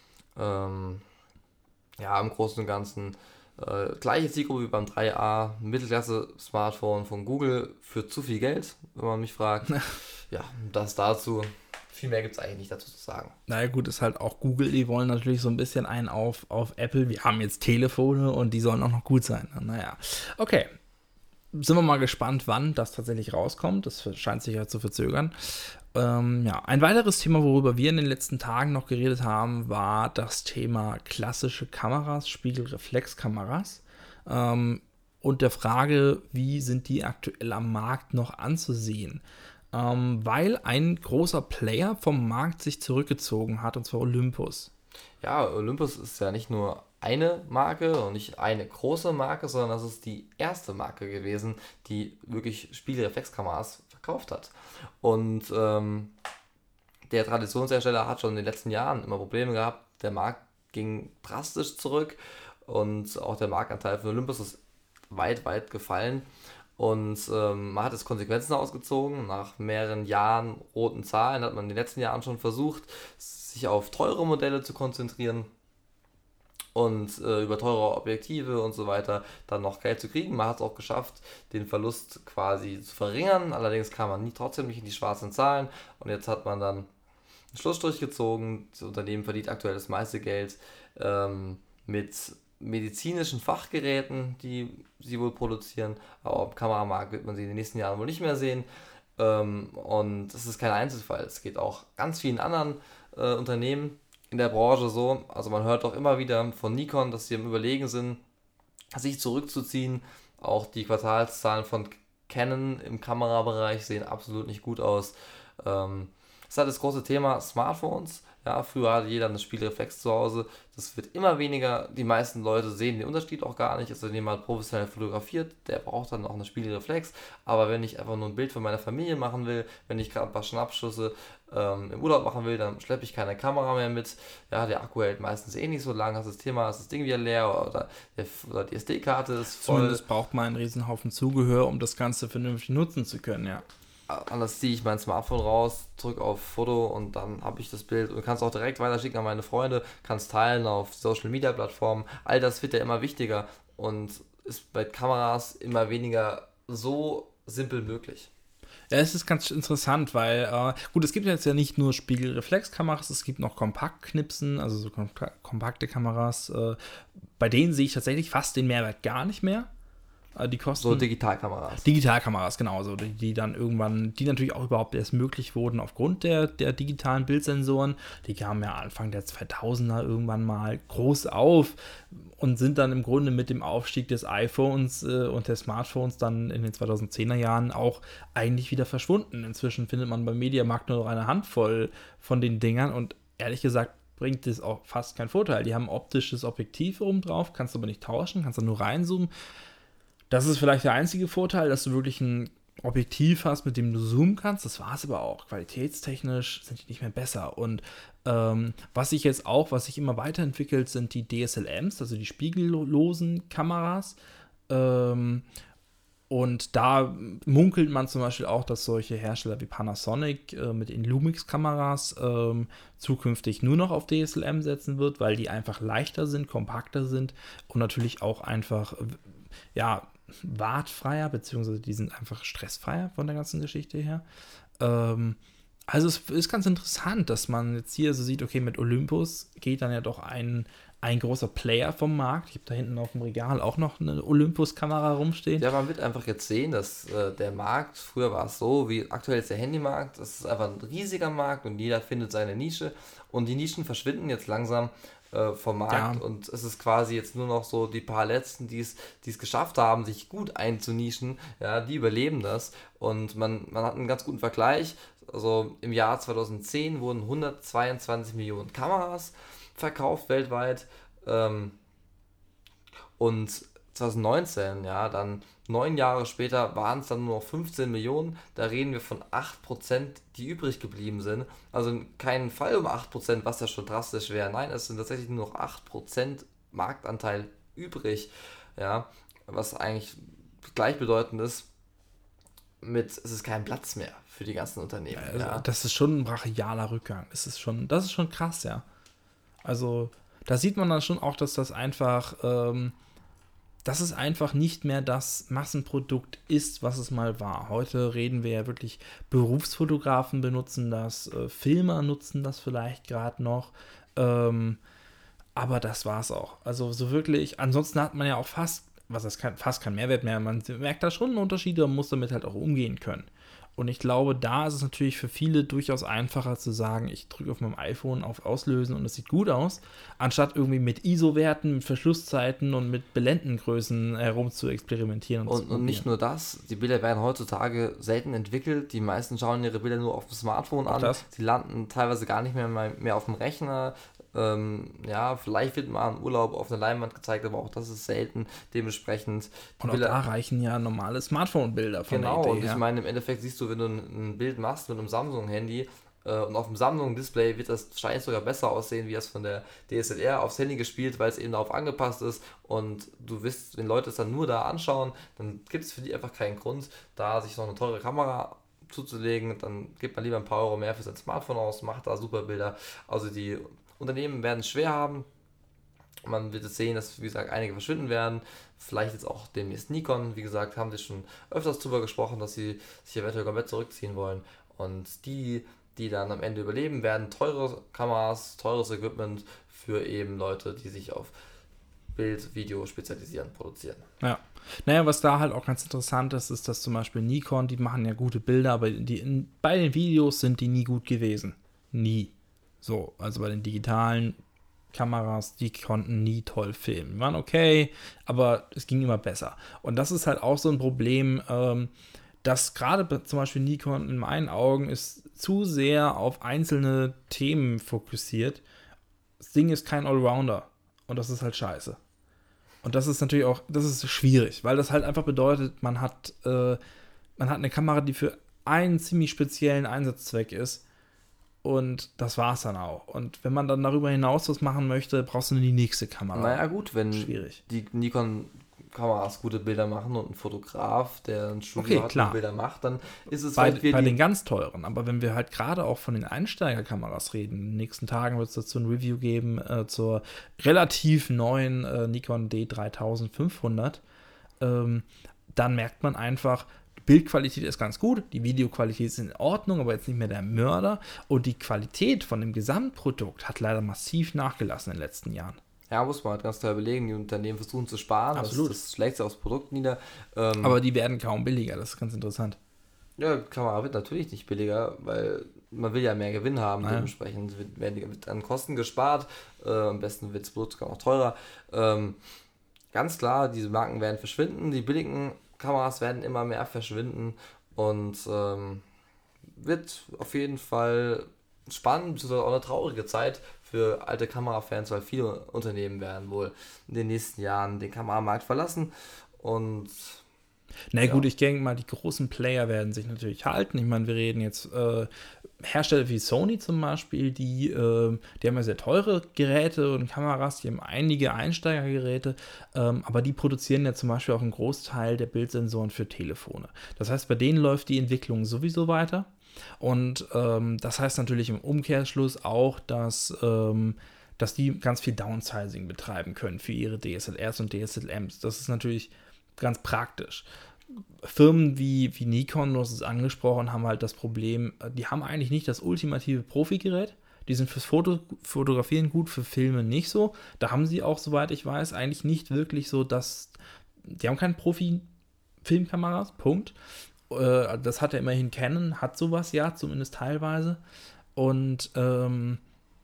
Ähm, ja, im Großen und Ganzen äh, gleiche Zielgruppe wie beim drei a, Mittelklasse-Smartphone von Google für zu viel Geld, wenn man mich fragt. Ja, das dazu. Viel mehr gibt es eigentlich nicht dazu zu sagen. Naja gut, ist halt auch Google, die wollen natürlich so ein bisschen einen auf, auf Apple. Wir haben jetzt Telefone und die sollen auch noch gut sein. Naja, okay. Sind wir mal gespannt, wann das tatsächlich rauskommt. Das scheint sich ja zu verzögern. Ähm, ja, ein weiteres Thema, worüber wir in den letzten Tagen noch geredet haben, war das Thema klassische Kameras, Spiegelreflexkameras. Ähm, und der Frage, wie sind die aktuell am Markt noch anzusehen? Ähm, weil ein großer Player vom Markt sich zurückgezogen hat, und zwar Olympus. Ja, Olympus ist ja nicht nur eine Marke und nicht eine große Marke, sondern das ist die erste Marke gewesen, die wirklich Spiegelreflexkameras verkauft hat. Und ähm, der Traditionshersteller hat schon in den letzten Jahren immer Probleme gehabt. Der Markt ging drastisch zurück und auch der Marktanteil von Olympus ist weit, weit gefallen. Und ähm, man hat jetzt Konsequenzen ausgezogen. Nach mehreren Jahren roten Zahlen hat man in den letzten Jahren schon versucht, sich auf teure Modelle zu konzentrieren und äh, über teure Objektive und so weiter dann noch Geld zu kriegen. Man hat es auch geschafft, den Verlust quasi zu verringern. Allerdings kam man nie, trotzdem nicht in die schwarzen Zahlen. Und jetzt hat man dann einen Schlussstrich gezogen. Das Unternehmen verdient aktuell das meiste Geld ähm, mit medizinischen Fachgeräten, die sie wohl produzieren, aber auf dem Kameramarkt wird man sie in den nächsten Jahren wohl nicht mehr sehen. Ähm, und das ist kein Einzelfall. Es geht auch ganz vielen anderen äh, Unternehmen in der Branche so. Also man hört auch immer wieder von Nikon, dass sie am Überlegen sind, sich zurückzuziehen. Auch die Quartalszahlen von Canon im Kamerabereich sehen absolut nicht gut aus. Ähm, das ist halt das große Thema Smartphones. Ja, früher hatte jeder eine Spiegelreflex zu Hause. Das wird immer weniger. Die meisten Leute sehen den Unterschied auch gar nicht. Also wenn jemand professionell fotografiert, der braucht dann auch eine Spiegelreflex. Aber wenn ich einfach nur ein Bild von meiner Familie machen will, wenn ich gerade ein paar Schnappschüsse ähm, im Urlaub machen will, dann schleppe ich keine Kamera mehr mit. Ja, der Akku hält meistens eh nicht so lange. Das Thema ist das Ding wieder leer oder, der, oder die S D-Karte ist voll. Zumindest braucht man einen Riesenhaufen Zubehör, um das Ganze vernünftig nutzen zu können, ja. Anders ziehe ich mein Smartphone raus, drücke auf Foto und dann habe ich das Bild und kann es auch direkt weiterschicken an meine Freunde, kann es teilen auf Social Media Plattformen. All das wird ja immer wichtiger und ist bei Kameras immer weniger so simpel möglich. Ja, es ist ganz interessant, weil, äh, gut, es gibt jetzt ja nicht nur Spiegelreflexkameras, es gibt noch Kompaktknipsen, also so kom kompakte Kameras, äh, bei denen sehe ich tatsächlich fast den Mehrwert gar nicht mehr. Äh, die kosten. So Digitalkameras. Digitalkameras, genau, so, die, die dann irgendwann, die natürlich auch überhaupt erst möglich wurden aufgrund der, der digitalen Bildsensoren. Die kamen ja Anfang der zweitausender irgendwann mal groß auf und sind dann im Grunde mit dem Aufstieg des iPhones äh, und der Smartphones dann in den zweitausendzehner Jahren auch eigentlich wieder verschwunden. Inzwischen findet man beim Mediamarkt nur noch eine Handvoll von den Dingern und ehrlich gesagt bringt es auch fast keinen Vorteil. Die haben ein optisches Objektiv oben drauf, kannst du aber nicht tauschen, kannst dann nur reinzoomen. Das ist vielleicht der einzige Vorteil, dass du wirklich ein Objektiv hast, mit dem du zoomen kannst. Das war es aber auch. Qualitätstechnisch sind die nicht mehr besser. Und ähm, was sich jetzt auch, was sich immer weiterentwickelt, sind die D S L Ms, also die spiegellosen Kameras. Ähm, und da munkelt man zum Beispiel auch, dass solche Hersteller wie Panasonic äh, mit den Lumix-Kameras ähm, zukünftig nur noch auf D S L M setzen wird, weil die einfach leichter sind, kompakter sind und natürlich auch einfach, ja, wartfreier, beziehungsweise die sind einfach stressfreier von der ganzen Geschichte her. Ähm, also es ist ganz interessant, dass man jetzt hier so sieht, okay, mit Olympus geht dann ja doch ein, ein großer Player vom Markt. Ich habe da hinten auf dem Regal auch noch eine Olympus-Kamera rumstehen. Ja, man wird einfach jetzt sehen, dass äh, der Markt, früher war es so, wie aktuell ist der Handymarkt, das ist einfach ein riesiger Markt und jeder findet seine Nische und die Nischen verschwinden jetzt langsam äh, vom Markt ja. Und es ist quasi jetzt nur noch so die paar Letzten, die es geschafft haben, sich gut einzunischen, ja, die überleben das und man, man hat einen ganz guten Vergleich. Also im Jahr zweitausendzehn wurden hundertzweiundzwanzig Millionen Kameras verkauft weltweit ähm, und zweitausendneunzehn, ja, dann neun Jahre später waren es dann nur noch fünfzehn Millionen, da reden wir von acht Prozent, die übrig geblieben sind, also in keinem Fall um acht Prozent, was ja schon drastisch wäre, nein, es sind tatsächlich nur noch acht Prozent Marktanteil übrig, ja, was eigentlich gleichbedeutend ist mit, es ist kein Platz mehr für die ganzen Unternehmen. Also, ja. Das ist schon ein brachialer Rückgang, das ist schon, das ist schon krass, ja. Also da sieht man dann schon auch, dass das einfach, ähm, dass es einfach nicht mehr das Massenprodukt ist, was es mal war. Heute reden wir ja wirklich, Berufsfotografen benutzen das, äh, Filmer nutzen das vielleicht gerade noch, ähm, aber das war's auch. Also so wirklich, ansonsten hat man ja auch fast, was ist kein, fast kein Mehrwert mehr, man merkt da schon einen Unterschied, man muss damit halt auch umgehen können. Und ich glaube, da ist es natürlich für viele durchaus einfacher zu sagen, ich drücke auf meinem iPhone auf Auslösen und es sieht gut aus, anstatt irgendwie mit I S O-Werten, mit Verschlusszeiten und mit Blendengrößen herum zu experimentieren. Und, und, und nicht nur das, die Bilder werden heutzutage selten entwickelt. Die meisten schauen ihre Bilder nur auf dem Smartphone auch an. Das? Sie landen teilweise gar nicht mehr, mehr auf dem Rechner. Ähm, ja, vielleicht wird mal ein Urlaub auf einer Leinwand gezeigt, aber auch das ist selten. Dementsprechend. Und auch Bilder, da reichen ja normale Smartphone-Bilder von genau, der Idee Idee und ich her. meine, im Endeffekt siehst du, wenn du ein, ein Bild machst mit einem Samsung-Handy äh, und auf dem Samsung-Display wird das wahrscheinlich sogar besser aussehen, wie das von der D S L R aufs Handy gespielt, weil es eben darauf angepasst ist und du wirst, wenn Leute es dann nur da anschauen, dann gibt es für die einfach keinen Grund, da sich noch eine teure Kamera zuzulegen, dann gibt man lieber ein paar Euro mehr für sein Smartphone aus, macht da super Bilder. Also die Unternehmen werden es schwer haben. Man wird jetzt sehen, dass, wie gesagt, einige verschwinden werden. Vielleicht jetzt auch demnächst Nikon. Wie gesagt, haben sie schon öfters darüber gesprochen, dass sie sich eventuell komplett zurückziehen wollen. Und die, die dann am Ende überleben, werden teure Kameras, teures Equipment für eben Leute, die sich auf Bild, Video spezialisieren, produzieren. Ja. Naja, was da halt auch ganz interessant ist, ist, dass zum Beispiel Nikon, die machen ja gute Bilder, aber die in, bei den Videos sind die nie gut gewesen. Nie. So, also bei den digitalen Kameras, die konnten nie toll filmen. Die waren okay, aber es ging immer besser. Und das ist halt auch so ein Problem, ähm, dass gerade zum Beispiel Nikon in meinen Augen ist zu sehr auf einzelne Themen fokussiert. Das Ding ist kein Allrounder. Und das ist halt scheiße. Und das ist natürlich auch, das ist schwierig, weil das halt einfach bedeutet, man hat, äh, man hat eine Kamera, die für einen ziemlich speziellen Einsatzzweck ist. Und das war's dann auch. Und wenn man dann darüber hinaus was machen möchte, brauchst du die nächste Kamera. Naja gut, wenn Schwierig. die Nikon-Kameras gute Bilder machen und ein Fotograf, der ein Studio okay, hat, klar. und Bilder macht, dann ist es bei, halt wie bei die den ganz teuren. Aber wenn wir halt gerade auch von den Einsteigerkameras reden, in den nächsten Tagen wird es dazu ein Review geben äh, zur relativ neuen äh, Nikon D dreitausendfünfhundert, ähm, dann merkt man einfach, Bildqualität ist ganz gut, die Videoqualität ist in Ordnung, aber jetzt nicht mehr der Mörder. Und die Qualität von dem Gesamtprodukt hat leider massiv nachgelassen in den letzten Jahren. Ja, muss man halt ganz klar überlegen, die Unternehmen versuchen zu sparen, Absolut. Das, das schlägt sich aufs Produkt nieder. Ähm, aber die werden kaum billiger, das ist ganz interessant. Ja, Kamera wird natürlich nicht billiger, weil man will ja mehr Gewinn haben, Naja. Dementsprechend wird, werden, wird an Kosten gespart, äh, am besten wird das Produkt sogar noch teurer. Ähm, ganz klar, diese Marken werden verschwinden, die billigen Kameras werden immer mehr verschwinden und ähm, wird auf jeden Fall spannend, beziehungsweise auch eine traurige Zeit für alte Kamerafans, weil viele Unternehmen werden wohl in den nächsten Jahren den Kameramarkt verlassen und Na ja. gut, ich denke mal, die großen Player werden sich natürlich halten. Ich meine, wir reden jetzt äh, Hersteller wie Sony zum Beispiel, die, äh, die haben ja sehr teure Geräte und Kameras, die haben einige Einsteigergeräte, ähm, aber die produzieren ja zum Beispiel auch einen Großteil der Bildsensoren für Telefone. Das heißt, bei denen läuft die Entwicklung sowieso weiter. Und ähm, das heißt natürlich im Umkehrschluss auch, dass, ähm, dass die ganz viel Downsizing betreiben können für ihre D S L Rs und D S L Ms. Das ist natürlich ganz praktisch. Firmen wie, wie Nikon, du hast es angesprochen, haben halt das Problem, die haben eigentlich nicht das ultimative Profigerät. Die sind fürs Foto, Fotografieren gut, für Filme nicht so. Da haben sie auch, soweit ich weiß, eigentlich nicht wirklich so, dass die haben keine Profi-Filmkameras, Punkt. Das hat ja immerhin Canon, hat sowas ja, zumindest teilweise. Und ähm,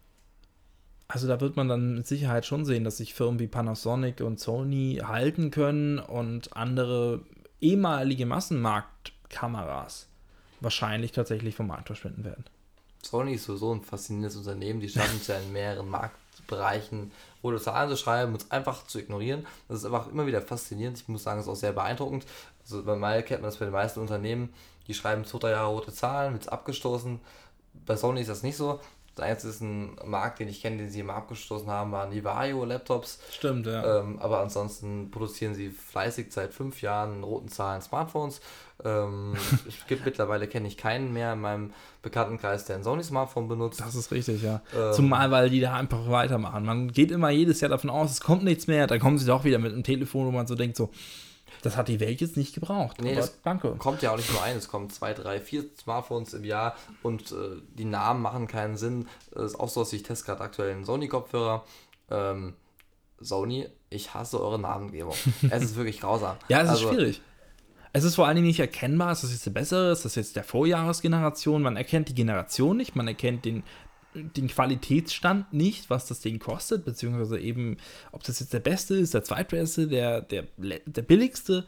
also da wird man dann mit Sicherheit schon sehen, dass sich Firmen wie Panasonic und Sony halten können und andere ehemalige Massenmarktkameras wahrscheinlich tatsächlich vom Markt verschwinden werden. Sony ist sowieso ein faszinierendes Unternehmen, die schaffen es ja in mehreren Marktbereichen rote Zahlen zu schreiben und es einfach zu ignorieren. Das ist einfach immer wieder faszinierend. Ich muss sagen, es ist auch sehr beeindruckend. Also bei Mile kennt man das bei den meisten Unternehmen, die schreiben zwei Jahre rote Zahlen, wird es abgestoßen. Bei Sony ist das nicht so. Das einzige ist ein Markt, den ich kenne, den sie immer abgestoßen haben, waren die Vario-Laptops. Stimmt, ja. Ähm, aber ansonsten produzieren sie fleißig seit fünf Jahren roten Zahlen Smartphones. Ähm, es gibt mittlerweile, kenne ich keinen mehr in meinem Bekanntenkreis, der ein Sony-Smartphone benutzt. Das ist richtig, ja. Ähm, Zumal, weil die da einfach weitermachen. Man geht immer jedes Jahr davon aus, es kommt nichts mehr, dann kommen sie doch wieder mit einem Telefon, wo man so denkt, so, das hat die Welt jetzt nicht gebraucht. Nee, aber das danke. Kommt ja auch nicht nur ein, es kommen zwei, drei, vier Smartphones im Jahr und äh, die Namen machen keinen Sinn. Das ist auch so, dass ich teste gerade aktuell einen Sony-Kopfhörer. Ähm, Sony, ich hasse eure Namengebung. Es ist wirklich grausam. Ja, es also, ist schwierig. Es ist vor allen Dingen nicht erkennbar, ist das jetzt der bessere, ist das jetzt der Vorjahresgeneration, man erkennt die Generation nicht, man erkennt den, den Qualitätsstand nicht, was das Ding kostet, beziehungsweise eben, ob das jetzt der beste ist, der zweitbeste, der, der, der billigste.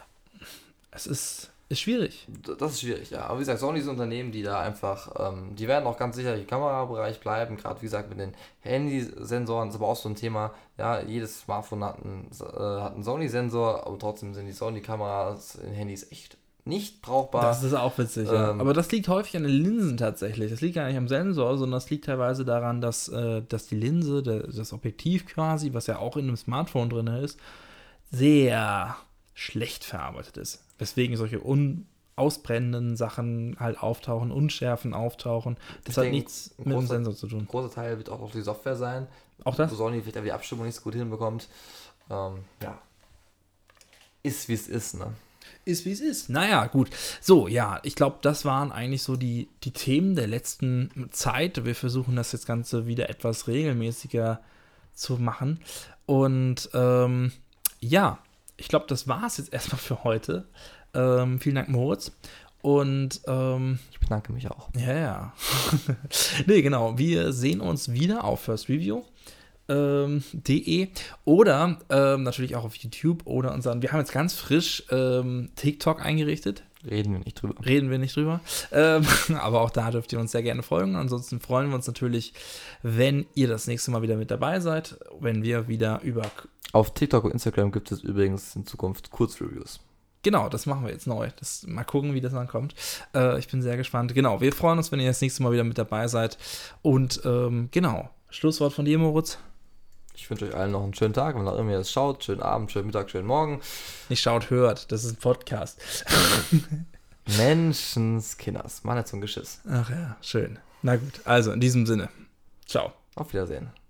Es ist, ist schwierig. Das ist schwierig, ja. Aber wie gesagt, Sony ist ein Unternehmen, die da einfach, ähm, die werden auch ganz sicher im Kamerabereich bleiben, gerade wie gesagt mit den Handysensoren, das ist aber auch so ein Thema, ja, jedes Smartphone hat einen, äh, hat einen Sony-Sensor, aber trotzdem sind die Sony-Kameras in Handys echt nicht brauchbar. Das ist auch witzig, ähm, ja. Aber das liegt häufig an den Linsen tatsächlich. Das liegt gar nicht am Sensor, sondern das liegt teilweise daran, dass, äh, dass die Linse, der, das Objektiv quasi, was ja auch in einem Smartphone drin ist, sehr schlecht verarbeitet ist. Weswegen solche un ausbrennenden Sachen halt auftauchen, Unschärfen auftauchen. Das Ich hat denke, nichts ein mit dem großer- Sensor zu tun. Ein großer Teil wird auch auf die Software sein. Auch das? Wo Sony vielleicht aber die Abstimmung nicht so gut hinbekommt. Ähm, ja. Ist wie es ist, ne? Ist, wie es ist. Naja, gut. So, ja, ich glaube, das waren eigentlich so die, die Themen der letzten Zeit. Wir versuchen das jetzt Ganze wieder etwas regelmäßiger zu machen. Und ähm, ja, ich glaube, das war es jetzt erstmal für heute. Ähm, vielen Dank, Moritz. Und ähm, Ich bedanke mich auch. ja, ja. Nee, genau. Wir sehen uns wieder auf First Review. Ähm, de oder ähm, natürlich auch auf YouTube oder unseren, wir haben jetzt ganz frisch ähm, TikTok eingerichtet, Reden wir nicht drüber. reden wir nicht drüber, ähm, aber auch da dürft ihr uns sehr gerne folgen. Ansonsten freuen wir uns natürlich, wenn ihr das nächste Mal wieder mit dabei seid, wenn wir wieder über, Auf TikTok und Instagram gibt es übrigens in Zukunft Kurzreviews. genau, das machen wir jetzt neu, das, mal gucken, wie das ankommt. Äh, ich bin sehr gespannt. Genau, wir freuen uns, wenn ihr das nächste Mal wieder mit dabei seid und ähm, genau, Schlusswort von dir, Moritz. Ich wünsche euch allen noch einen schönen Tag, wenn auch immer ihr es schaut. Schönen Abend, schönen Mittag, schönen Morgen. Nicht schaut, hört, das ist ein Podcast. Menschenskinders. Mann, jetzt so ein Geschiss. Ach ja, schön. Na gut, also in diesem Sinne. Ciao. Auf Wiedersehen.